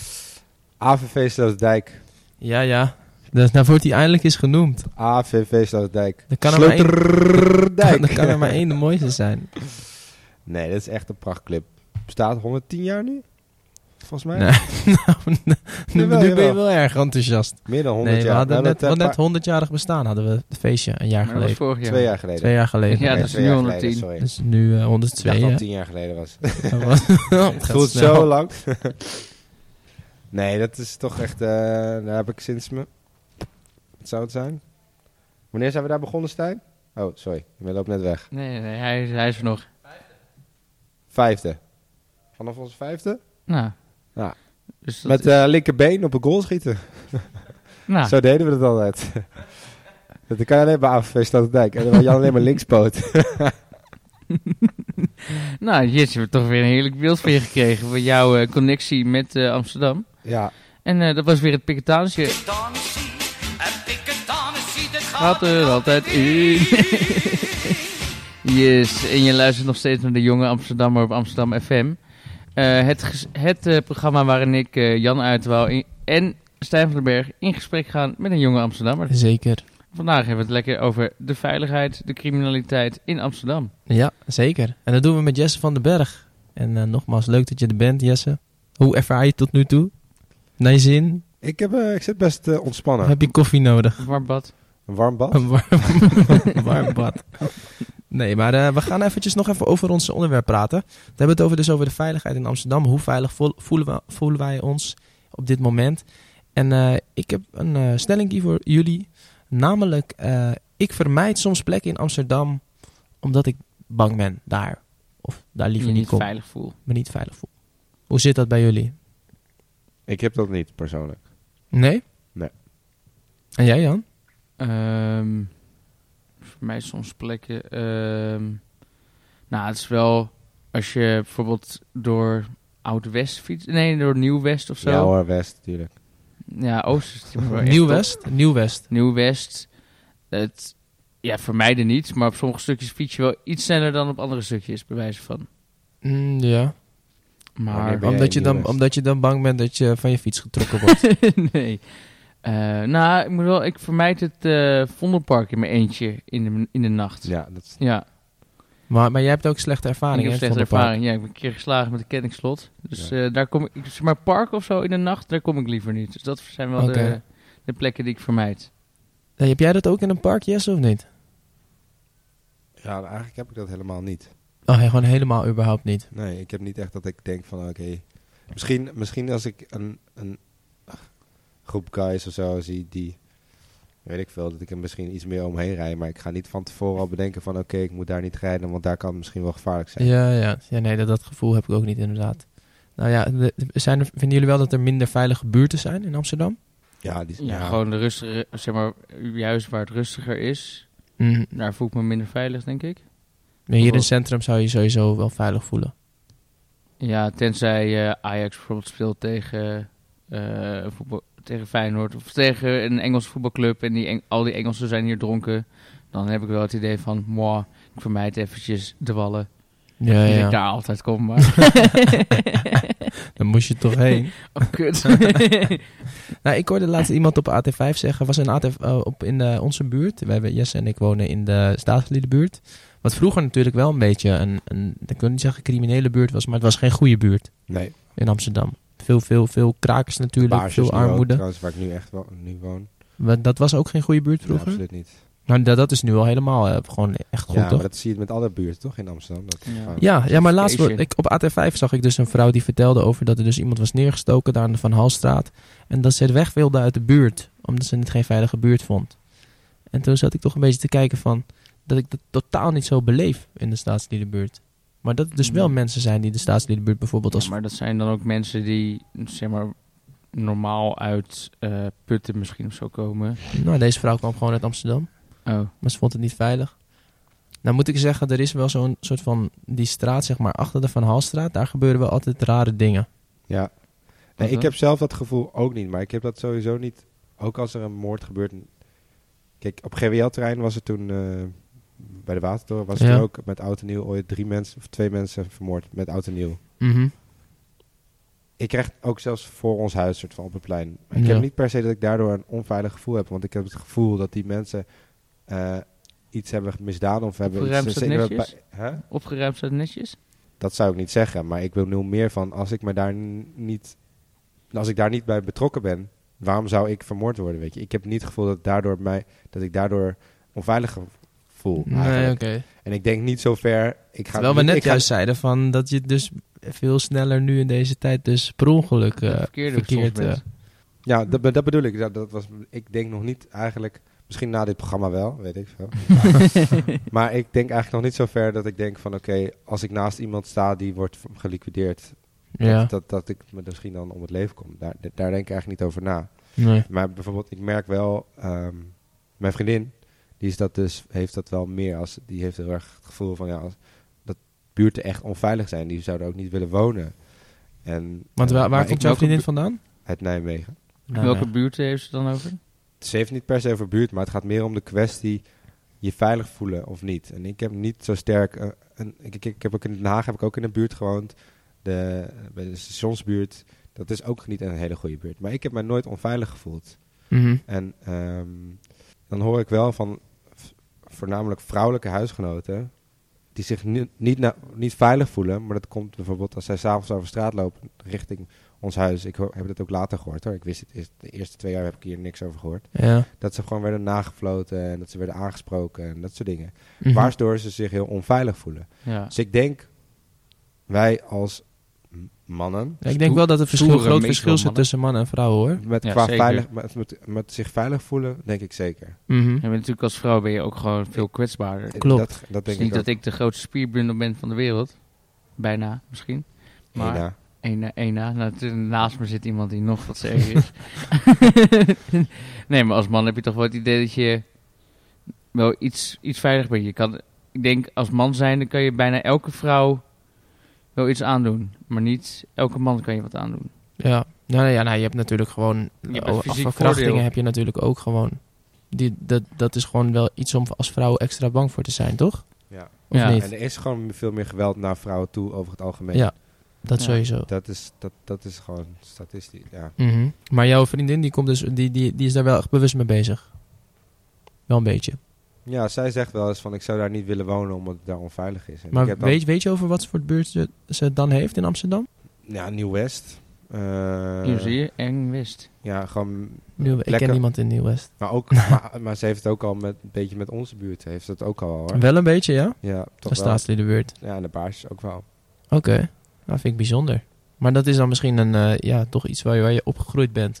AVV Sloterdijk.
Ja. Dus nou wordt hij eindelijk eens genoemd.
AVV Sloterdijk.
Dan kan er maar één-
Sloterdijk.
Dan kan er maar één de mooiste zijn.
Nee, dat is echt een prachtclub. Bestaat 110 jaar nu? Volgens mij.
Nee, nu ben je
jawel.
wel erg enthousiast.
Meer dan 100
Nee, we
jaar.
hadden
Nou, dat,
net 100-jarig bestaan hadden we het feestje een jaar
Maar dat was
geleden.
vorig jaar.
2 jaar geleden.
2 jaar geleden.
Ja,
Nee,
dat is
2
nu
jaar
110.
geleden, sorry.
Dus nu
Ik
102,
dacht dat
hè?
het 10 jaar geleden was.
Het
Het voelt zo lang. Nee, dat is toch echt... daar heb ik sinds me... Wat zou het zijn? Wanneer zijn we daar begonnen, Stijn? Oh, sorry. Je loopt net weg.
Nee, hij is er nog.
5e. Vanaf onze 5e?
Nou.
Ja.
Dus dat
Met linkerbeen op een goal schieten.
nou,
Zo deden we het altijd. Dat kan je alleen bij AVV Sloterdijk. En dan had Jan alleen maar linkspoot.
nou, Jits, we hebben toch weer een heerlijk beeld van je gekregen. Van jouw connectie met Amsterdam.
Ja.
En dat was weer het Piketanisje.
Piketanissie, en Piketanissie, dat
Gaat er altijd in. Yes, en je luistert nog steeds naar de jonge Amsterdammer op Amsterdam FM. Het programma waarin ik Jan Uitwouw en Stijn van den Berg in gesprek gaan met een jonge Amsterdammer.
Zeker.
Vandaag hebben we het lekker over de veiligheid, de criminaliteit in Amsterdam.
Ja, zeker. En dat doen we met Jesse van den Berg. En nogmaals, leuk dat je er bent, Jesse. Hoe ervaar je het tot nu toe? Naar je zin?
Ik zit best ontspannen.
Of heb je koffie nodig?
Warm bad.
Een warm bad.
Een warm bad. Nee, maar we gaan eventjes nog even over ons onderwerp praten. We hebben het over de veiligheid in Amsterdam. Hoe veilig voelen wij ons op dit moment? En ik heb een stelling voor jullie. Namelijk, ik vermijd soms plekken in Amsterdam omdat ik bang ben daar. Of daar liever
Je
niet
niet
kom.
veilig voel.
Me niet veilig voel. Hoe zit dat bij jullie?
Ik heb dat niet, persoonlijk.
Nee?
Nee.
En jij, Jan?
Voor mij soms plekken. Nou, het is wel als je bijvoorbeeld door Oud-West fietst. Nee, door Nieuw-West of zo.
Ja hoor, West, natuurlijk.
Ja, Oost is het wel echt
Nieuw-West? Nieuw-West.
top. Nieuw-West. Ja, voor mij er niet. Maar op sommige stukjes fiets je wel iets sneller dan op andere stukjes, bij wijze van.
Ja.
Maar
Ben jij in Nieuw-West?
Omdat je dan bang bent dat je van je fiets getrokken wordt.
nee. Nou, ik vermijd het Vondelpark in mijn eentje in de nacht.
Ja, dat is...
Ja,
Maar jij hebt ook slechte
ik
ervaring,
heb
hè?
slechte
van de park.
ervaring. Ja, ik ben een keer geslagen met een kettingslot. Dus
Ja.
daar kom ik, zeg maar park of zo in de nacht, daar kom ik liever niet. Dus dat zijn wel
Oké.
de plekken die ik vermijd.
Hey, heb jij dat ook in een park, Jesse, of niet?
Ja, eigenlijk heb ik dat helemaal niet.
Oh, hey, gewoon helemaal überhaupt niet.
Nee, ik heb niet echt dat ik denk van oké. Misschien als ik groep guys of zo zie die, weet ik veel, dat ik er misschien iets meer omheen rijd. Maar ik ga niet van tevoren al bedenken van oké, ik moet daar niet rijden, want daar kan het misschien wel gevaarlijk zijn.
Ja, nee, dat gevoel heb ik ook niet inderdaad. Nou ja, vinden jullie wel dat er minder veilige buurten zijn in Amsterdam?
Ja,
Gewoon de rustige, zeg maar, juist waar het rustiger is, daar voel ik me minder veilig, denk ik.
Maar hier in het centrum zou je sowieso wel veilig voelen.
Ja, tenzij Ajax bijvoorbeeld speelt tegen Feyenoord of tegen een Engelse voetbalclub en al die Engelsen zijn hier dronken. Dan heb ik wel het idee van, ik vermijd eventjes de wallen.
Ja.
Ik daar altijd kom, maar...
Dan moest je toch heen.
Oh, kut.
Nou, ik hoorde laatst iemand op AT5 zeggen, was een in onze buurt. Jesse en ik wonen in de Staatsliedenbuurt. Wat vroeger natuurlijk wel een beetje ik wil niet zeggen criminele buurt was, maar het was geen goede buurt.
Nee.
In Amsterdam. Veel krakers natuurlijk, veel armoede.
Ook, trouwens, waar ik nu woon.
Dat was ook geen goede buurt vroeger?
Nee, absoluut niet.
Nou, dat is nu al helemaal gewoon echt goed,
ja,
toch?
maar dat zie je met alle buurten, toch, in Amsterdam?
Ja, maar laatst op AT5 zag ik dus een vrouw die vertelde over dat er dus iemand was neergestoken daar aan de Van Halstraat. En dat ze het weg wilde uit de buurt, omdat ze het geen veilige buurt vond. En toen zat ik toch een beetje te kijken van, dat ik dat totaal niet zo beleef in de Staatsliedenbuurt. Maar dat er dus wel mensen zijn die de Staatsliedenbuurt bijvoorbeeld als...
Ja, maar dat zijn dan ook mensen die, zeg maar, normaal uit Putten misschien of zo komen.
Nou, deze vrouw kwam gewoon uit Amsterdam.
Oh.
Maar ze vond het niet veilig. Nou moet ik zeggen, er is wel zo'n soort van... Die straat, zeg maar, achter de Van Halstraat... Daar gebeuren wel altijd rare dingen.
Ja. Nee, ik heb zelf dat gevoel ook niet. Maar ik heb dat sowieso niet... Ook als er een moord gebeurt... Kijk, op GWL-terrein was het toen... bij de Watertoren was het ook met oud en nieuw... ooit 2 mensen vermoord met oud en nieuw.
Mm-hmm.
Ik krijg ook zelfs voor ons huis soort van op het plein. Ik heb niet per se dat ik daardoor een onveilig gevoel heb. Want ik heb het gevoel dat die mensen... iets hebben misdaan of hebben...
Opgeruimd staat netjes? Opgeruimd staat netjes?
Dat zou ik niet zeggen, maar ik wil nu meer van... Als ik daar niet bij betrokken ben... Waarom zou ik vermoord worden, weet je? Ik heb niet het gevoel dat ik daardoor onveilig voel.
Nee, oké.
En ik denk niet zo ver...
Terwijl we net juist zeiden van dat je dus veel sneller nu in deze tijd dus per ongeluk verkeerd...
Ja, dat bedoel ik. Ik denk nog niet eigenlijk... Misschien na dit programma wel, weet ik veel. Maar ik denk eigenlijk nog niet zo ver dat ik denk van... Oké, als ik naast iemand sta die wordt geliquideerd... Dat ik me misschien dan om het leven kom. Daar denk ik eigenlijk niet over na.
Nee.
Maar bijvoorbeeld, ik merk wel... mijn vriendin, heeft dat wel meer. Die heeft heel erg het gevoel van... dat buurten echt onveilig zijn. Die zouden ook niet willen wonen.
Want waar komt jouw vriendin vandaan?
Uit Nijmegen.
Welke buurten heeft ze dan over?
Ze heeft niet per se over buurt, maar het gaat meer om de kwestie je veilig voelen of niet. En ik heb niet zo sterk... ik heb ook in Den Haag in een buurt gewoond. Bij de stationsbuurt. Dat is ook niet een hele goede buurt. Maar ik heb mij nooit onveilig gevoeld.
Mm-hmm.
En dan hoor ik wel van voornamelijk vrouwelijke huisgenoten... die zich niet veilig voelen. Maar dat komt bijvoorbeeld als zij 's avonds over straat lopen richting... ons huis, ik heb het ook later gehoord hoor. Ik wist het de eerste 2 jaar heb ik hier niks over gehoord.
Ja.
Dat ze gewoon werden nagefloten en dat ze werden aangesproken en dat soort dingen.
Mm-hmm.
Waardoor ze zich heel onveilig voelen.
Ja.
Dus ik denk, wij als mannen...
Ja, ik denk wel dat er een groot verschil zit tussen mannen en vrouwen hoor.
Met zich veilig voelen, denk ik zeker.
Mm-hmm.
Ja, maar natuurlijk als vrouw ben je ook gewoon veel kwetsbaarder.
Klopt.
Dat denk
niet
ik
dat ik de grootste spierbundel ben van de wereld. Bijna, misschien. Maar... Eén na. Naast me zit iemand die nog wat sterker is. Nee, maar als man heb je toch wel het idee dat je wel iets veilig bent. Ik denk, als man zijnde kan je bijna elke vrouw wel iets aandoen. Maar niet elke man kan je wat aandoen.
Ja, je hebt natuurlijk gewoon... Verkrachtingen heb je natuurlijk ook gewoon... Dat is gewoon wel iets om als vrouw extra bang voor te zijn, toch?
Ja.
Of niet?
En er is gewoon veel meer geweld naar vrouwen toe over het algemeen.
Ja. Dat sowieso.
Dat is gewoon statistisch, ja.
Mm-hmm. Maar jouw vriendin, die is daar wel echt bewust mee bezig? Wel een beetje?
Ja, zij zegt wel eens van... ik zou daar niet willen wonen omdat het daar onveilig is. En
maar weet je over wat voor buurt ze dan heeft in Amsterdam?
Ja, Nieuw-West.
Hier zie je, Eng-West.
Ja, gewoon...
Ik ken niemand in Nieuw-West.
Maar, ook, maar ze heeft het ook al een beetje met onze buurt. Heeft het ook al hoor.
Wel een beetje, ja?
Ja, toch
de Staatsliedenbuurt.
Ja, en de Baarsjes ook wel.
Oké. Nou, vind ik bijzonder. Maar dat is dan misschien toch iets waar je opgegroeid bent.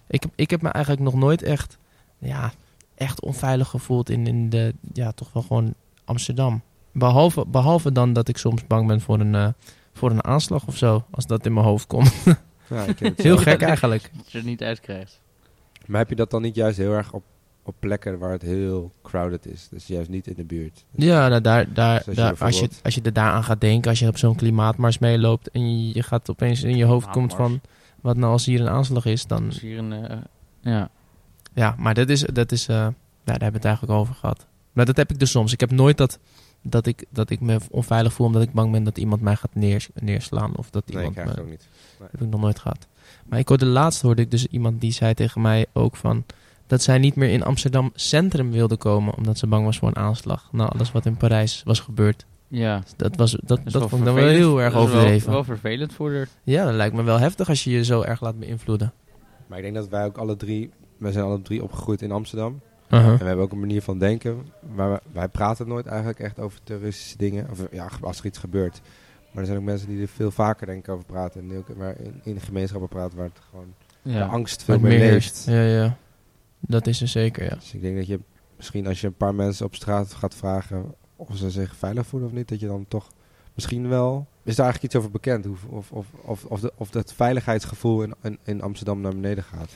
Ik heb me eigenlijk nog nooit echt onveilig gevoeld in de, toch wel gewoon Amsterdam. Behalve dan dat ik soms bang ben voor een aanslag of zo. Als dat in mijn hoofd komt.
Ja, ik ken het
Heel
zo.
gek eigenlijk.
Dat je het niet uitkrijgt.
Maar heb je dat dan niet juist heel erg op plekken waar het heel crowded is? Dus juist niet in de buurt?
Ja, nou als je er daaraan gaat denken, als je op zo'n klimaatmars meeloopt en je gaat opeens in je hoofd komt van, wat nou als hier een aanslag is, dan...
Dus hier ja.
Ja, maar daar hebben we het eigenlijk over gehad. Maar dat heb ik dus soms. Ik heb nooit dat ik me onveilig voel omdat ik bang ben dat iemand mij gaat neerslaan. Of dat
Nee, ik
iemand
krijg het ook niet.
Dat heb ik nog nooit gehad. Maar hoorde ik dus iemand die zei tegen mij ook van, dat zij niet meer in Amsterdam Centrum wilde komen omdat ze bang was voor een aanslag. Nou, alles wat in Parijs was gebeurd.
Ja.
Dat vond ik dan wel heel erg overdreven.
Wel vervelend voor haar.
Ja, dat lijkt me wel heftig als je je zo erg laat beïnvloeden.
Maar ik denk dat wij ook wij zijn alle drie opgegroeid in Amsterdam.
Uh-huh.
En we hebben ook een manier van denken. Wij praten nooit eigenlijk echt over terroristische dingen. Of ja, als er iets gebeurt. Maar er zijn ook mensen die er veel vaker denk ik over praten. En die ook in gemeenschappen praten waar het gewoon de angst veel meer leeft.
Ja. Dat is er zeker, ja.
Dus ik denk dat je misschien als je een paar mensen op straat gaat vragen of ze zich veilig voelen of niet, dat je dan toch misschien wel... Is daar eigenlijk iets over bekend? Of dat veiligheidsgevoel in Amsterdam naar beneden gaat?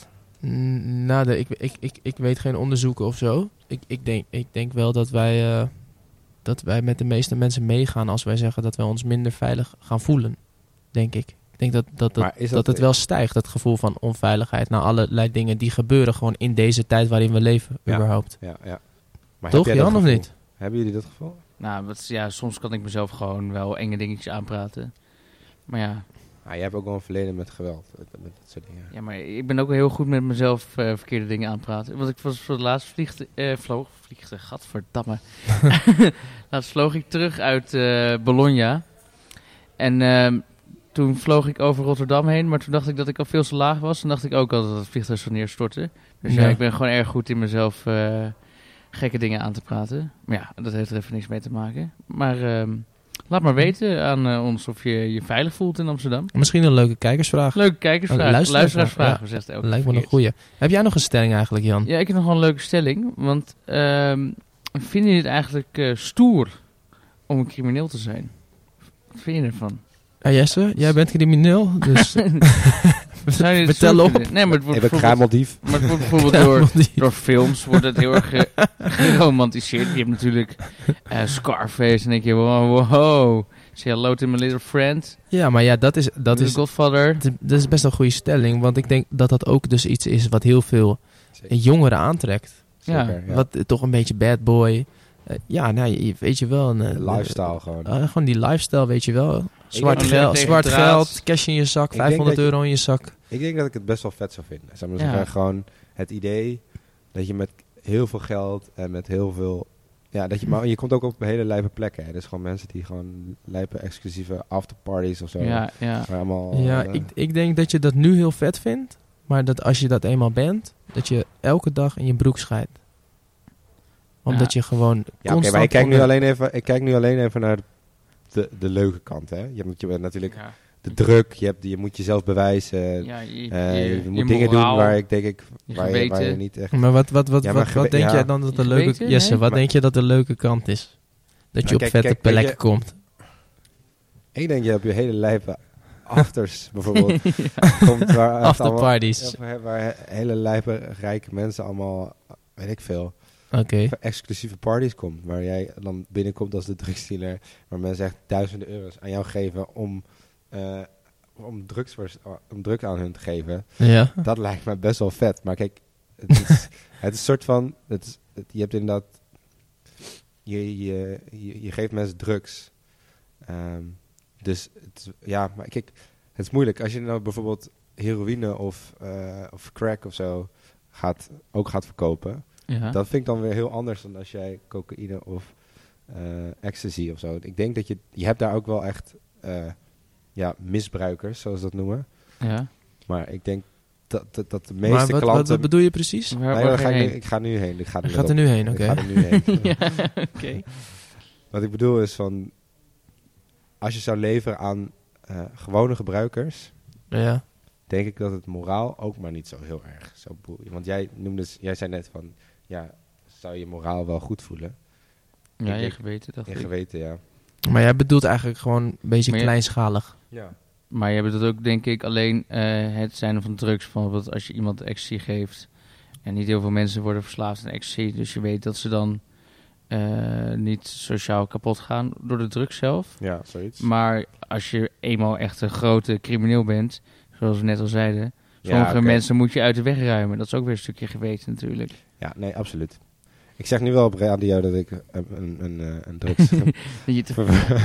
Ik weet geen onderzoeken of zo. Ik denk wel dat wij met de meeste mensen meegaan als wij zeggen dat wij ons minder veilig gaan voelen. Denk ik. Ik denk dat het wel stijgt, dat gevoel van onveiligheid. Nou, allerlei dingen die gebeuren gewoon in deze tijd waarin we leven, überhaupt.
Ja. Maar
toch,
heb jij
Jan,
dat
of
gevoel?
niet?
Hebben jullie dat gevoel?
Nou, soms kan ik mezelf gewoon wel enge dingetjes aanpraten. Maar ja.
Je hebt ook wel een verleden met geweld. Met dat soort dingen.
Ja, maar ik ben ook wel heel goed met mezelf verkeerde dingen aanpraten. Want ik was voor het laatst vliegte, gadverdamme. Laatst vloog ik terug uit Bologna. En toen vloog ik over Rotterdam heen, maar toen dacht ik dat ik al veel te laag was. En dacht ik ook al dat het vliegtuig zou neerstorten. Dus ja, ik ben gewoon erg goed in mezelf gekke dingen aan te praten. Maar ja, dat heeft er even niks mee te maken. Maar laat maar weten aan ons of je je veilig voelt in Amsterdam.
Misschien een leuke kijkersvraag.
Leuke kijkersvraag. Luisteraarsvraag.
Ja,
Zegt elke
lijkt me een goeie. Heb jij nog een stelling eigenlijk, Jan?
Ja, ik heb nog wel een leuke stelling. Want vind je het eigenlijk stoer om een crimineel te zijn? Wat vind je ervan?
Ja, Jesse, jij bent crimineel, dus vertel op.
Nee, maar het wordt
kruimeldief.
Maar het wordt bijvoorbeeld door films wordt het heel erg geromantiseerd. Je hebt natuurlijk Scarface en dan denk je, wow, say hello to my little friend.
Ja, maar ja, dat is
Godfather.
Dat is best een goede stelling, want ik denk dat dat ook dus iets is wat heel veel jongeren aantrekt.
Zeker, ja.
Wat toch een beetje bad boy. Weet je wel.
Lifestyle gewoon.
Gewoon die lifestyle, weet je wel. Zwart geld, cash in je zak, 500 euro in je zak.
Ik denk dat ik het best wel vet zou vinden. Zou maar zeggen, gewoon het idee dat je met heel veel geld en met heel veel... Ja, maar je komt ook op hele lijpe plekken. Hè. Dus gewoon mensen die gewoon lijpe exclusieve afterparties of zo.
Ja.
Allemaal,
Ik denk dat je dat nu heel vet vindt. Maar dat als je dat eenmaal bent, dat je elke dag in je broek scheidt. Omdat je gewoon
oké, maar ik kijk nu alleen even naar de leuke kant. Hè? Je bent natuurlijk de druk, je moet jezelf bewijzen.
Ja,
je moet dingen doen waar je niet echt...
Maar wat denk jij dan dat de leuke... Jesse, wat denk je dat de leuke kant is? Dat je op vette plekken komt.
Ik denk je op je hele lijpe afters bijvoorbeeld komt.
Afterparties.
Waar hele lijpe rijke mensen allemaal, weet ik veel... exclusieve parties komt, waar jij dan binnenkomt als de drugsdealer, waar mensen echt duizenden euro's aan jou geven om drugs aan hun te geven. Ja. Dat lijkt me best wel vet. Maar kijk, het is een soort van, je hebt inderdaad, je geeft mensen drugs. Dus maar kijk, het is moeilijk. Als je nou bijvoorbeeld heroïne of crack of zo gaat verkopen. Ja. Dat vind ik dan weer heel anders dan als jij cocaïne of ecstasy of zo. Ik denk dat je hebt daar ook wel echt misbruikers, zoals ze dat noemen. Ja. Maar ik denk dat de meeste klanten...
Wat bedoel je precies?
Ik ga nu heen.
Gaat er nu heen, oké.
Wat ik bedoel is van... Als je zou leveren aan gewone gebruikers...
Ja.
denk ik dat het moraal ook maar niet zo heel erg zo boeit. Want jij zei net van, zou je moraal wel goed voelen?
Ja,
Ik
je
denk-
geweten, dacht
In
ik.
geweten, ja.
Maar jij bedoelt eigenlijk gewoon een beetje
Maar
kleinschalig.
Ja.
Maar je hebt het ook, denk ik, alleen het zijn van drugs. Bijvoorbeeld als je iemand ecstasy geeft. En niet heel veel mensen worden verslaafd aan ecstasy. Dus je weet dat ze dan niet sociaal kapot gaan door de drugs zelf.
Ja, zoiets.
Maar als je eenmaal echt een grote crimineel bent, zoals we net al zeiden. Sommige
oké.
mensen moet je uit de weg ruimen. Dat is ook weer een stukje geweten natuurlijk.
Ja, nee, absoluut. Ik zeg nu wel op radio dat ik een drugs...
Dat je te-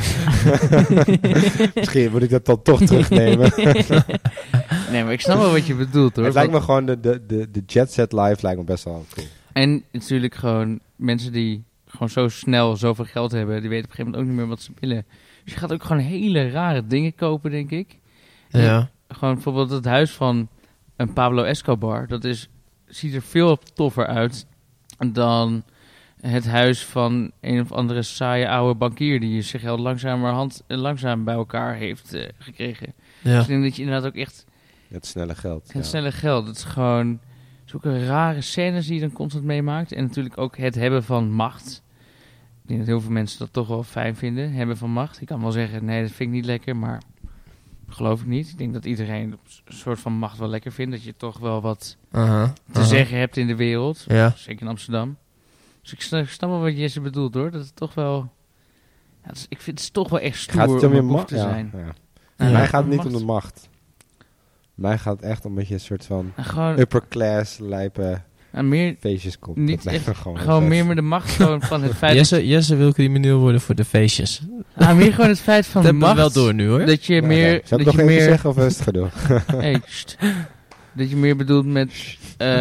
Misschien moet ik dat dan toch terugnemen.
Nee, maar ik snap wel wat je bedoelt hoor.
Het lijkt me gewoon, de jet set life lijkt me best wel cool.
En natuurlijk gewoon mensen die gewoon zo snel zoveel geld hebben, die weten op een gegeven moment ook niet meer wat ze willen. Dus je gaat ook gewoon hele rare dingen kopen, denk ik.
Ja.
Gewoon bijvoorbeeld het huis van een Pablo Escobar. Ziet er veel toffer uit dan het huis van een of andere saaie oude bankier die zijn geld langzaam bij elkaar heeft gekregen. Dus
Ja.
ik denk dat je inderdaad ook echt
Het snelle geld.
het snelle geld. Het is gewoon zulke rare scènes die je dan constant meemaakt. En natuurlijk ook het hebben van macht. Ik denk dat heel veel mensen dat toch wel fijn vinden, hebben van macht. Ik kan wel zeggen, nee, dat vind ik niet lekker, maar geloof ik niet. Ik denk dat iedereen een soort van macht wel lekker vindt. Dat je toch wel wat
Aha.
te zeggen hebt in de wereld.
Ja.
Zeker in Amsterdam. Dus ik snap wel wat Jesse bedoelt hoor. Dat het toch wel... Ja, ik vind het toch wel echt stoer
Gaat het om je
een boef
macht?
te
Ja,
zijn.
ja.
Nou,
Mij
ja,
gaat het niet
macht.
om de macht. Mij gaat het echt om dat je een soort van
En gewoon
upper class lijpe
meer,
feestjes komt.
niet
Dat lijkt me
echt,
gewoon
gewoon
vet.
meer met de macht gewoon van het feit...
Jesse wil crimineel worden voor de feestjes.
meer gewoon het feit van
Dat
de
hebben we
macht.
wel door nu hoor.
Dat je
Ja,
meer...
ja. Zou ik
dat
nog
je
even
meer
zeggen of is het gedaan?
hey, sst. Dat je meer bedoelt met...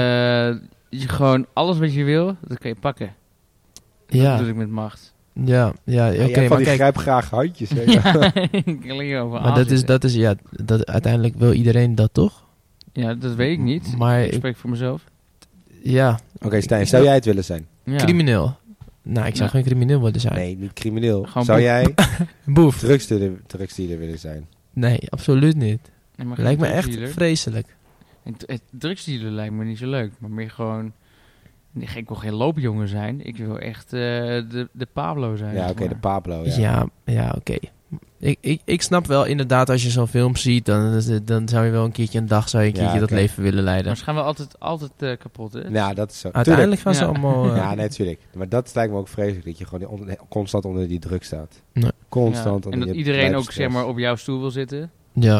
je gewoon alles wat je wil, dat kan je pakken. Dat
Ja,
bedoel ik met macht.
ja,
Oké,
oké,
van
maar
die
kijk,
grijpgrage handjes. Hè?
Ik kan hier over
maar dat uiteindelijk wil iedereen dat toch?
Ja, dat weet ik niet.
Maar
Ik spreek voor mezelf.
Ja,
Oké, Stijn, zou jij het willen zijn?
Ja.
crimineel. Nou, ik zou
Ja.
geen crimineel willen zijn.
Nee, niet crimineel.
Gewoon
Zou
boef.
jij
Boef.
drugsdealer willen zijn?
Nee, absoluut niet.
Nee, maar geen
Lijkt me echt
drugsdealer.
vreselijk.
Het drugsdealer lijkt me niet zo leuk. Maar meer gewoon... Nee, ik wil geen loopjongen zijn. Ik wil echt de Pablo zijn.
Ja,
zeg
oké,
maar.
de Pablo. Ja.
Ja, oké. Ik snap wel inderdaad, als je zo'n film ziet, dan zou je wel een keertje dat
oké.
leven willen leiden.
Maar ze gaan wel altijd kapot, hè?
Nou, dat is zo.
Uiteindelijk gaan ze
Ja.
allemaal...
Tuurlijk. Ja, nee, natuurlijk. Maar dat lijkt me ook vreselijk, dat je gewoon constant onder die druk staat.
Nee.
Constant
Ja.
onder
En dat
die
iedereen ook
lijfstress.
zeg maar op jouw stoel wil zitten.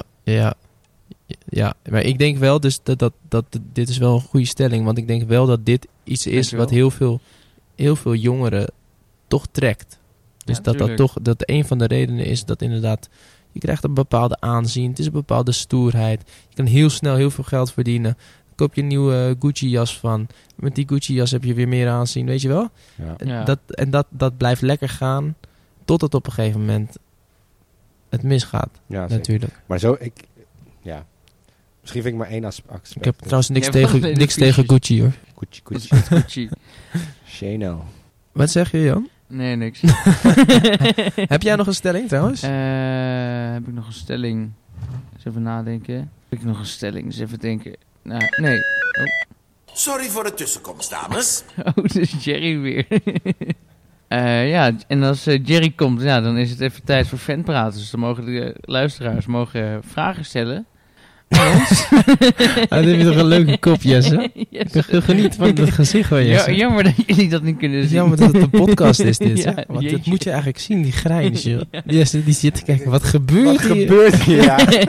Ja, maar ik denk wel dus dat dit is wel een goede stelling. Want ik denk wel dat dit iets is
Dankjewel.
wat heel veel jongeren toch trekt. Dus
Ja,
dat
tuurlijk.
toch dat een van de redenen is dat inderdaad... Je krijgt een bepaalde aanzien. Het is een bepaalde stoerheid. Je kan heel snel heel veel geld verdienen. Dan koop je een nieuwe Gucci-jas van. Met die Gucci-jas heb je weer meer aanzien, weet je wel?
Ja.
Ja.
Dat blijft lekker gaan. Tot het op een gegeven moment het misgaat,
Ja, zeker.
natuurlijk.
Maar zo, ja. Misschien vind ik maar één aspect.
Ik heb trouwens niks
Ja,
tegen,
wel,
niks
de
tegen
fiches.
Gucci, hoor.
Gucci,
Dat is
Gucci.
Gucci.
Chanel.
Wat zeg je, Jan?
Nee, niks.
Heb jij nog een stelling, trouwens?
Heb ik nog een stelling? Eens even nadenken. Heb ik nog een stelling? Eens even denken. Nou, nee.
Sorry voor de tussenkomst, dames.
Oh, het is Jerry weer. Ja, en als Jerry komt, ja, dan is het even tijd voor fanpraten. Dus dan mogen de luisteraars vragen stellen.
Dan heb je toch een leuke kop, Jesse?
Yes.
Geniet van het gezicht van Jesse.
Jammer dat jullie dat niet kunnen zien.
Jammer dat het een podcast is, dit.
Ja,
hè? Want dat
jeetje.
moet je eigenlijk zien, die grijns, joh. Jesse, die zit te kijken, wat gebeurt
Wat
hier?
gebeurt hier?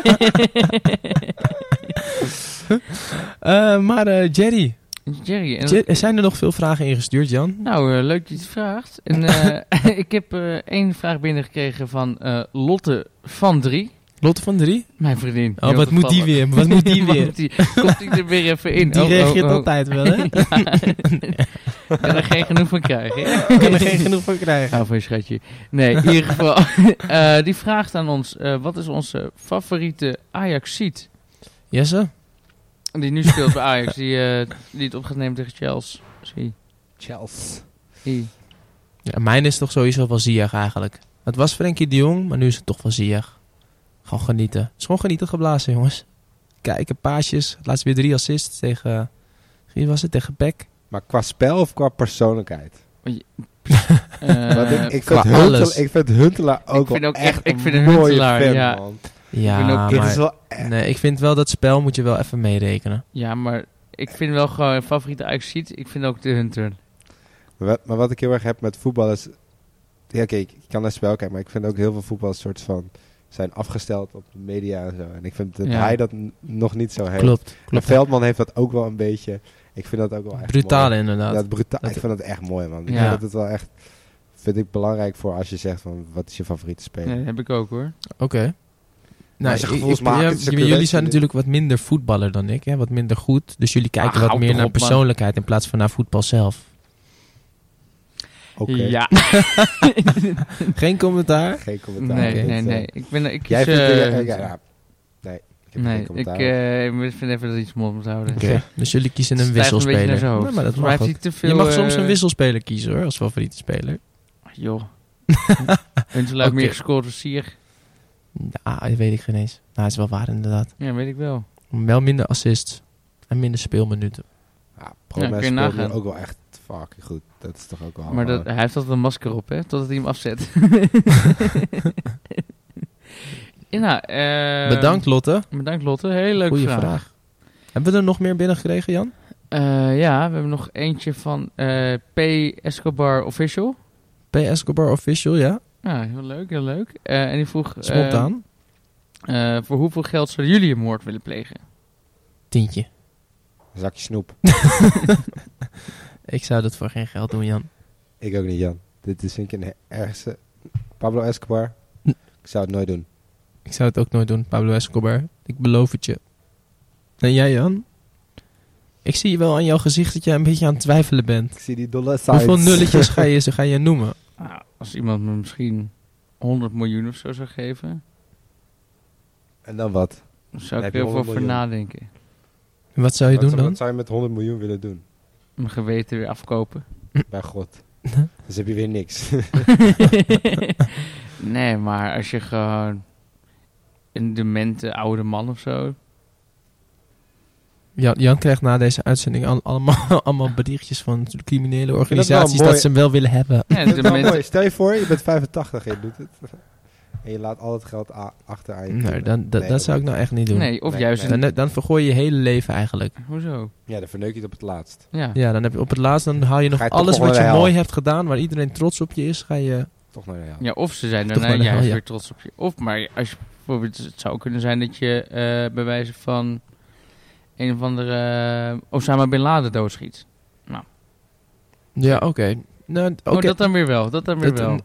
Maar Jerry,
Jerry. En
zijn er nog veel vragen ingestuurd, Jan?
nou, leuk dat je het vraagt. En ik heb één vraag binnengekregen van Lotte van 3.
Lotte van 3?
Mijn vriendin.
Oh, wat moet die weer? Wat moet die weer?
Komt die er weer even in?
Die reageert altijd wel, hè?
Ik kan er geen genoeg van krijgen. hè?
Ik kan er geen genoeg van krijgen.
Nou, voor je schatje. Nee, in ieder geval. Die vraagt aan ons, wat is onze favoriete Ajaxiet?
Jesse?
Die nu speelt bij Ajax, die het op gaat nemen tegen Chelsea.
Chelsea.
Ja, mijn is toch sowieso wel Ziyech eigenlijk. Het was Frenkie de Jong, maar nu is het toch wel Ziyech. Gewoon genieten. Het is gewoon genieten geblazen, jongens. kijken, paasjes. Laatst weer 3 assists tegen... Wie was het? Tegen PEC.
Maar qua spel of qua persoonlijkheid?
Eh,
Ik
qua
vind
alles.
Huntelaar ook
vind
wel
ook
echt
ik vind
een
een
mooie
Huntelaar,
fan,
ja.
man.
Ja,
vind ook-
Dit is
maar...
wel echt...
Nee, ik vind wel dat spel moet je wel even meerekenen.
Ja, maar ik vind wel gewoon een favoriete Ajaxiet. Ik vind ook de Hunter.
Maar wat ik heel erg heb met voetbal is... Ja, kijk, ik kan naar spel kijken, maar ik vind ook heel veel voetballers soort van... zijn afgesteld op de media en zo. En ik vind dat
Ja.
hij dat nog niet zo heeft.
Klopt.
En Veldman heeft dat ook wel een beetje... Ik vind dat ook wel echt
Brutale
mooi.
inderdaad.
Ja, ik
Dat-
vind dat echt mooi, man. Ik
Ja.
vind dat het wel echt... Vind ik belangrijk voor als je zegt van... Wat is je favoriete speler?
Nee, dat heb ik ook hoor.
Oké. Nou,
als je gevoelsmatig is, dan kun je
jullie
weten-
zijn natuurlijk wat minder voetballer dan ik, hè? Wat minder goed. Dus jullie kijken
Ach,
wat
hou
meer
toch
naar
op, man.
persoonlijkheid in plaats van naar voetbal zelf.
Oké.
Ja.
Geen commentaar?
Geen commentaar.
Nee,
Dit,
nee, nee. Ik kies...
Jij vindt...
Hunter.
Nee, ik heb
Nee,
geen
ik
commentaar.
vind even dat iets mond moet houden.
Oké. Dus jullie kiezen een
Stijgt een beetje naar
wisselspeler.
zijn hoofd.
Nee, maar dat
Volgens mij
mag
heeft
ook.
hij te
Je
veel,
mag soms een wisselspeler kiezen hoor, als favoriete speler.
Joh. Huntelaar
Oké.
meer gescoord dan Sier.
Ja, dat weet ik geen eens. Nou, is wel waar inderdaad.
Ja, weet ik wel.
Wel minder assists en minder speelminuten.
Ja,
Ja,
Promes
kun je
speelt nu
nagaan.
ook wel echt fucking goed. Dat is toch ook wel...
Maar hij heeft altijd een masker op, hè? Totdat hij hem afzet. Ja, nou,
Bedankt Lotte.
Bedankt Lotte. Hele leuke
Goeie
vraag.
vraag. Hebben we er nog meer binnengekregen, Jan?
Ja, we hebben nog eentje van P. Escobar Official.
P. Escobar Official, ja.
Ja, heel leuk, heel leuk. En die vroeg...
Spontaan.
voor hoeveel geld zouden jullie een moord willen plegen?
10.
Een zakje snoep.
Ik zou dat voor geen geld doen, Jan.
Ik ook niet, Jan. Dit is vind ik een ergste... Pablo Escobar. Ik zou het nooit doen.
Ik zou het ook nooit doen, Pablo Escobar. Ik beloof het je. En jij, Jan? Ik zie wel aan jouw gezicht dat jij een beetje aan het twijfelen bent.
Ik zie die dollar signs.
Hoeveel nulletjes ga je noemen?
Nou, als iemand me misschien 100 miljoen of zo zou geven...
En dan wat?
dan zou
Dan
ik
heb je
heel veel
100
voor
miljoen.
nadenken.
Wat zou je doen dan?
Wat zou je met 100 miljoen willen doen?
Mijn geweten weer afkopen.
Bij God. Dus heb je weer niks.
Nee, maar als je gewoon... een demente oude man of zo...
Jan krijgt na deze uitzending allemaal berichtjes van criminele
wel
organisaties
mooi.
dat ze hem wel willen hebben.
Ja,
Dat is wel
demente,
mooi. Stel je voor, je bent 85 en je doet het. En je laat al het geld achter aan je
Nee,
kinderen.
dat zou ik nou echt niet doen.
nee, of
Nee,
juist...
nee.
Dan vergooi je je hele leven eigenlijk.
Hoezo?
Ja, dan verneuk je het op het laatst.
Ja.
Ja, dan heb je op het laatst, dan haal je nog
Ga je toch
alles
nog
wat je
naar de hel.
mooi hebt gedaan, waar iedereen trots op je is, ga je...
Toch naar de hel.
Ja, of ze zijn
Toch
daarna
wel de hel,
juist
ja.
weer trots op je. Of, maar als je bijvoorbeeld... Het zou kunnen zijn dat je bij wijze van... een of andere Osama Bin Laden doodschiet.
Ja, oké. Nou,
Oh,
oké.
dat dan weer wel. Dat dan weer wel.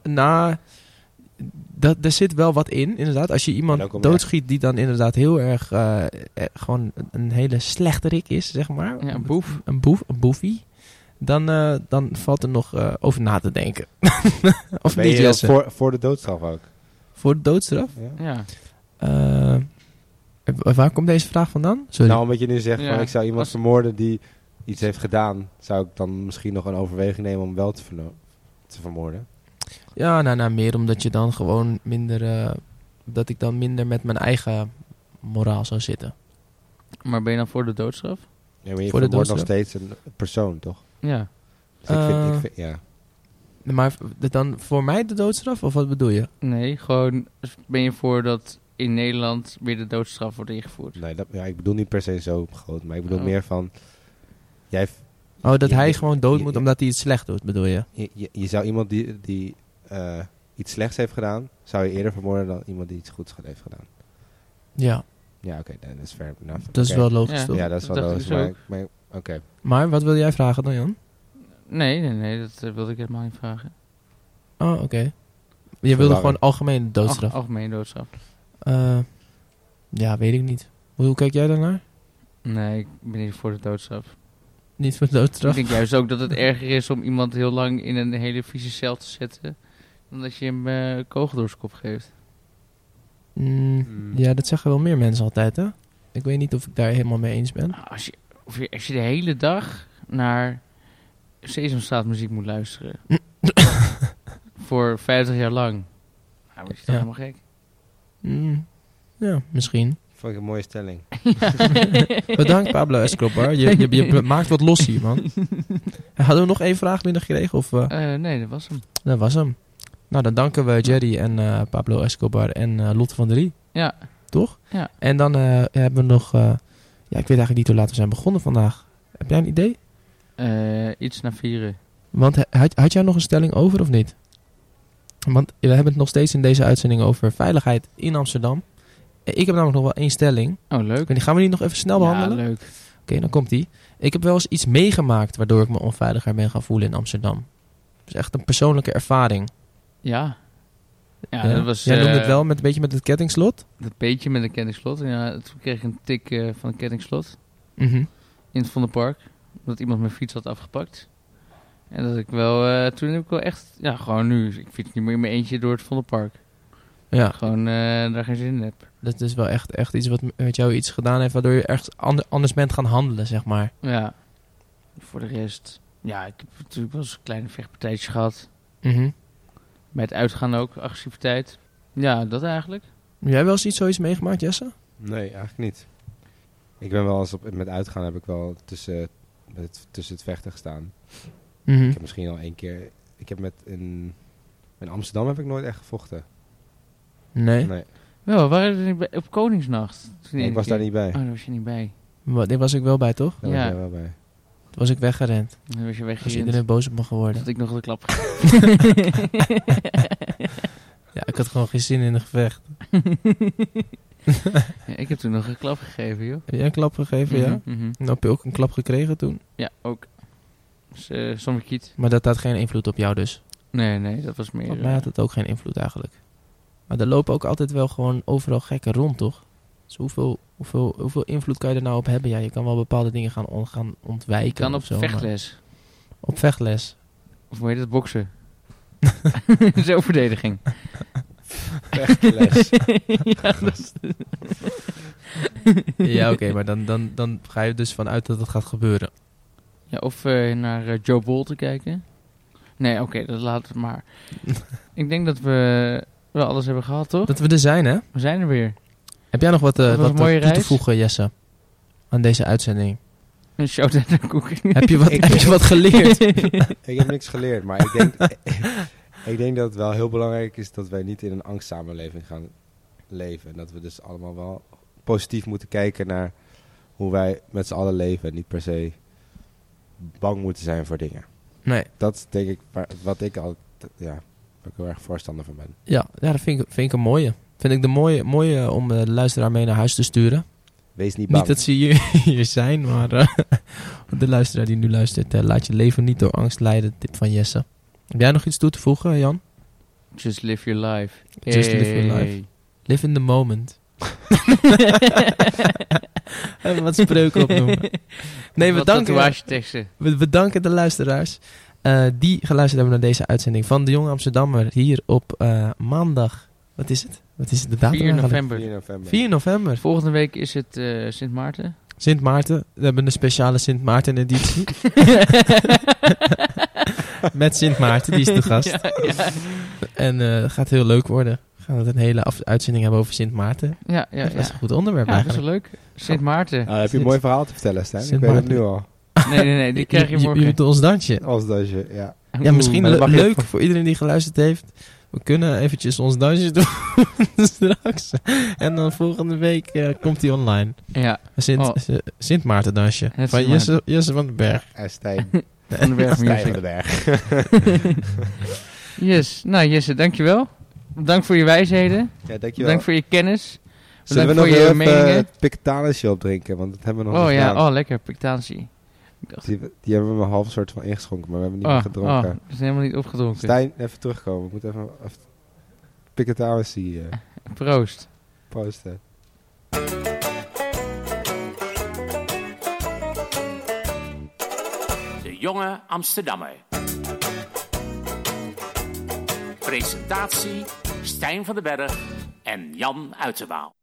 Er zit wel wat in, inderdaad. Als je
En
iemand
ook om
doodschiet die dan inderdaad heel erg gewoon een hele slechterik is, zeg maar.
Ja, een boef.
Een boefie. Dan valt er nog over na te denken. Of
Ben
niet,
je dan
Jesse?
voor de doodstraf ook?
Voor de doodstraf?
Ja?
Ja.
Waar komt deze vraag vandaan? Sorry.
Nou, omdat je nu zegt
Ja,
van ik zou iemand
als-
vermoorden die iets heeft gedaan, zou ik dan misschien nog een overweging nemen om wel te vermoorden.
Ja, nou, meer omdat je dan gewoon minder... dat ik dan minder met mijn eigen moraal zou zitten.
Maar ben je dan voor de doodstraf?
Ja, maar je
Voor de
vermoordt nog
doodstraf?
steeds een persoon, toch?
Ja.
Dus ik vind, ja.
Maar dan voor mij de doodstraf? Of wat bedoel je?
Nee, gewoon ben je voor dat in Nederland weer de doodstraf wordt ingevoerd.
Nee, ik bedoel niet per se zo groot, maar ik bedoel
Oh.
meer van... Jij,
Oh, dat
Je-
hij gewoon dood
je-
moet
je-
omdat hij iets slecht doet, bedoel je?
je zou iemand die iets slechts heeft gedaan, zou je eerder vermoorden dan iemand die iets goeds heeft gedaan.
Ja,
Ja, oké, dat is fair enough.
dat is
Oké.
wel logisch,
Ja.
toch?
Ja, dat is wel
Dat dacht
logisch,
ik
maar,
ook.
maar oké.
Maar wat wil jij vragen dan, Jan?
Nee, dat wilde ik helemaal niet vragen.
Oh, oké. Je wilde
Verwarring.
gewoon algemene doodstraf.
Algemeen doodstraf.
Ja, weet ik niet. Hoe kijk jij daarnaar?
Nee, ik ben niet voor de doodstraf.
Niet voor de
Ik
doodstraf?
denk juist ook dat het erger is om iemand heel lang in een hele vieze cel te zetten... dan dat je hem kogel door zijn kop geeft.
Ja, dat zeggen wel meer mensen altijd, hè? Ik weet niet of ik daar helemaal mee eens ben.
Nou, als je de hele dag naar Sesamstraat muziek moet luisteren... voor 50 jaar lang... Nou, is dat
Ja.
helemaal gek.
Ja, misschien.
Vond ik een mooie stelling.
Bedankt Pablo Escobar. Je maakt wat los hier, man. Hadden we nog één vraag binnengekregen? Of,
Nee, dat was hem.
Dat was hem. Nou, dan danken we Jerry en Pablo Escobar en Lotte van der Rie.
Ja.
Toch?
Ja.
En dan hebben we nog... ik weet eigenlijk niet hoe laat we zijn begonnen vandaag. Heb jij een idee?
Iets na 4.
Want had jij nog een stelling over of niet? Want we hebben het nog steeds in deze uitzending over veiligheid in Amsterdam. Ik heb namelijk nog wel één stelling.
Oh, leuk.
En die gaan we niet nog even snel behandelen?
Ja, leuk.
Oké, dan komt die. Ik heb wel eens iets meegemaakt waardoor ik me onveiliger ben gaan voelen in Amsterdam. Dat is echt een persoonlijke ervaring.
Ja. Ja, dat was...
Jij noemde het wel met een beetje met het kettingslot?
Dat beetje met een kettingslot. Ja, toen kreeg ik een tik van een kettingslot.
Mhm.
In het Vondelpark. Omdat iemand mijn fiets had afgepakt. En dat ik wel... toen heb ik wel echt... Ja, gewoon nu. Ik fiets niet meer in mijn eentje door het Vondelpark.
Ja.
Gewoon daar geen zin in heb.
Dat is wel echt iets wat met jou iets gedaan heeft waardoor je echt anders bent gaan handelen, zeg maar.
Ja. Voor de rest... Ja, ik heb natuurlijk wel eens een kleine vechtpartijtje gehad.
Mhm.
Bij het uitgaan ook, agressiviteit. Ja, dat eigenlijk.
Heb jij wel eens zoiets meegemaakt, Jesse?
Nee, eigenlijk niet. Ik ben wel eens met uitgaan heb ik wel tussen het vechten gestaan.
Mhm.
Ik heb misschien al 1 keer... Ik heb in Amsterdam heb ik nooit echt gevochten.
Nee?
Nee.
Wel, waren er niet bij, op Koningsnacht?
Nee, ik was daar niet bij.
Oh, daar was je niet bij.
Daar was ik wel bij, toch?
Daar
Ja.
was jij wel bij.
Toen was ik weggerend.
Dan was je
Was
weggerend.
iedereen boos op me geworden.
Dat ik nog de klap
Ja, ik had gewoon geen zin in een gevecht.
Ja, ik heb toen nog een klap gegeven, joh.
Heb jij een klap gegeven, ja?
Mhm, mhm.
En heb je ook een klap gekregen toen?
Ja, ook. Dus zonder kiet.
Maar dat had geen invloed op jou dus?
Nee, dat was meer...
Op mij had het ook geen invloed eigenlijk. Maar er lopen ook altijd wel gewoon overal gekken rond, toch? Dus hoeveel invloed kan je er nou op hebben? Ja, je kan wel bepaalde dingen gaan ontwijken.
ik kan op
of zo, maar-
vechtles.
Op vechtles.
Of hoe heet het? Boksen. Zelfverdediging.
Vechtles.
Ja, dat is...
Ja, oké, maar dan ga je dus vanuit dat het gaat gebeuren.
Ja, of naar Joe Bol te kijken. Nee, oké, dat laat het maar. Ik denk dat we wel alles hebben gehad, toch?
Dat we er zijn, hè?
We zijn er weer.
Heb jij nog wat
was een
toe
mooie
te
reis.
voegen, Jesse? Aan deze uitzending?
Een shout-out naar Koek.
Heb je wat geleerd?
Ik heb niks geleerd, maar ik denk dat het wel heel belangrijk is dat wij niet in een angstsamenleving gaan leven. En dat we dus allemaal wel positief moeten kijken naar hoe wij met z'n allen leven. En niet per se bang moeten zijn voor dingen.
Nee.
Dat is denk ik wat ik altijd, waar ik heel erg voorstander van ben.
Ja, dat vind ik een mooie. Vind ik de mooie om de luisteraar mee naar huis te sturen.
Wees niet bang.
Niet dat ze hier zijn, maar de luisteraar die nu luistert, laat je leven niet door angst leiden. Tip van Jesse. Heb jij nog iets toe te voegen, Jan?
Just live your life.
Just live your life. Live in the moment. Even wat spreuken opnoemen. Nee, we danken de luisteraars die geluisterd hebben naar deze uitzending van De Jonge Amsterdammer hier op maandag. Wat is het? Wat is het de datum
4
eigenlijk?
november.
4 november.
4 november.
Volgende week is het Sint Maarten.
Sint Maarten. We hebben een speciale Sint Maarten editie. Met Sint Maarten, die is de gast.
Ja.
En het gaat heel leuk worden. We gaan een hele uitzending hebben over Sint Maarten.
Ja.
Dat is een goed onderwerp
Ja, dat is
eigenlijk.
wel leuk. Sint Maarten.
Heb je een mooi verhaal te vertellen, Stijn?
Sint
Ik weet het
Maarten.
nu al.
Nee, die krijg je morgen.
Je doet ons dansje.
Als dat je, ja.
Ja, misschien
maar dat mag je
leuk
even-
voor iedereen die geluisterd heeft. We kunnen eventjes ons dansje doen straks. En dan volgende week komt hij online.
Ja,
Sint Maarten dansje.
Het
Van
Sint
Jesse van den Berg.
Stijn.
van de Berg
Stijn van
Music.
den Berg.
Yes. Nou, Jesse, dankjewel. Bedankt voor je wijsheden.
Ja, dankjewel.
Bedankt voor je kennis.
Zullen we
Bedankt
nog
voor je
even
meningen.
Pictanisje opdrinken? Want dat hebben we nog
Oh
niet
ja,
gedaan.
lekker. Pictatie.
Die hebben we een half soort van ingeschonken, maar we hebben niet meer gedronken.
dat is helemaal niet opgedronken.
Stijn, even terugkomen. Ik moet even Pictanisje
Proost.
posten.
De Jonge Amsterdammer. Presentatie Stijn van den Berg en Jan Uiterwaal.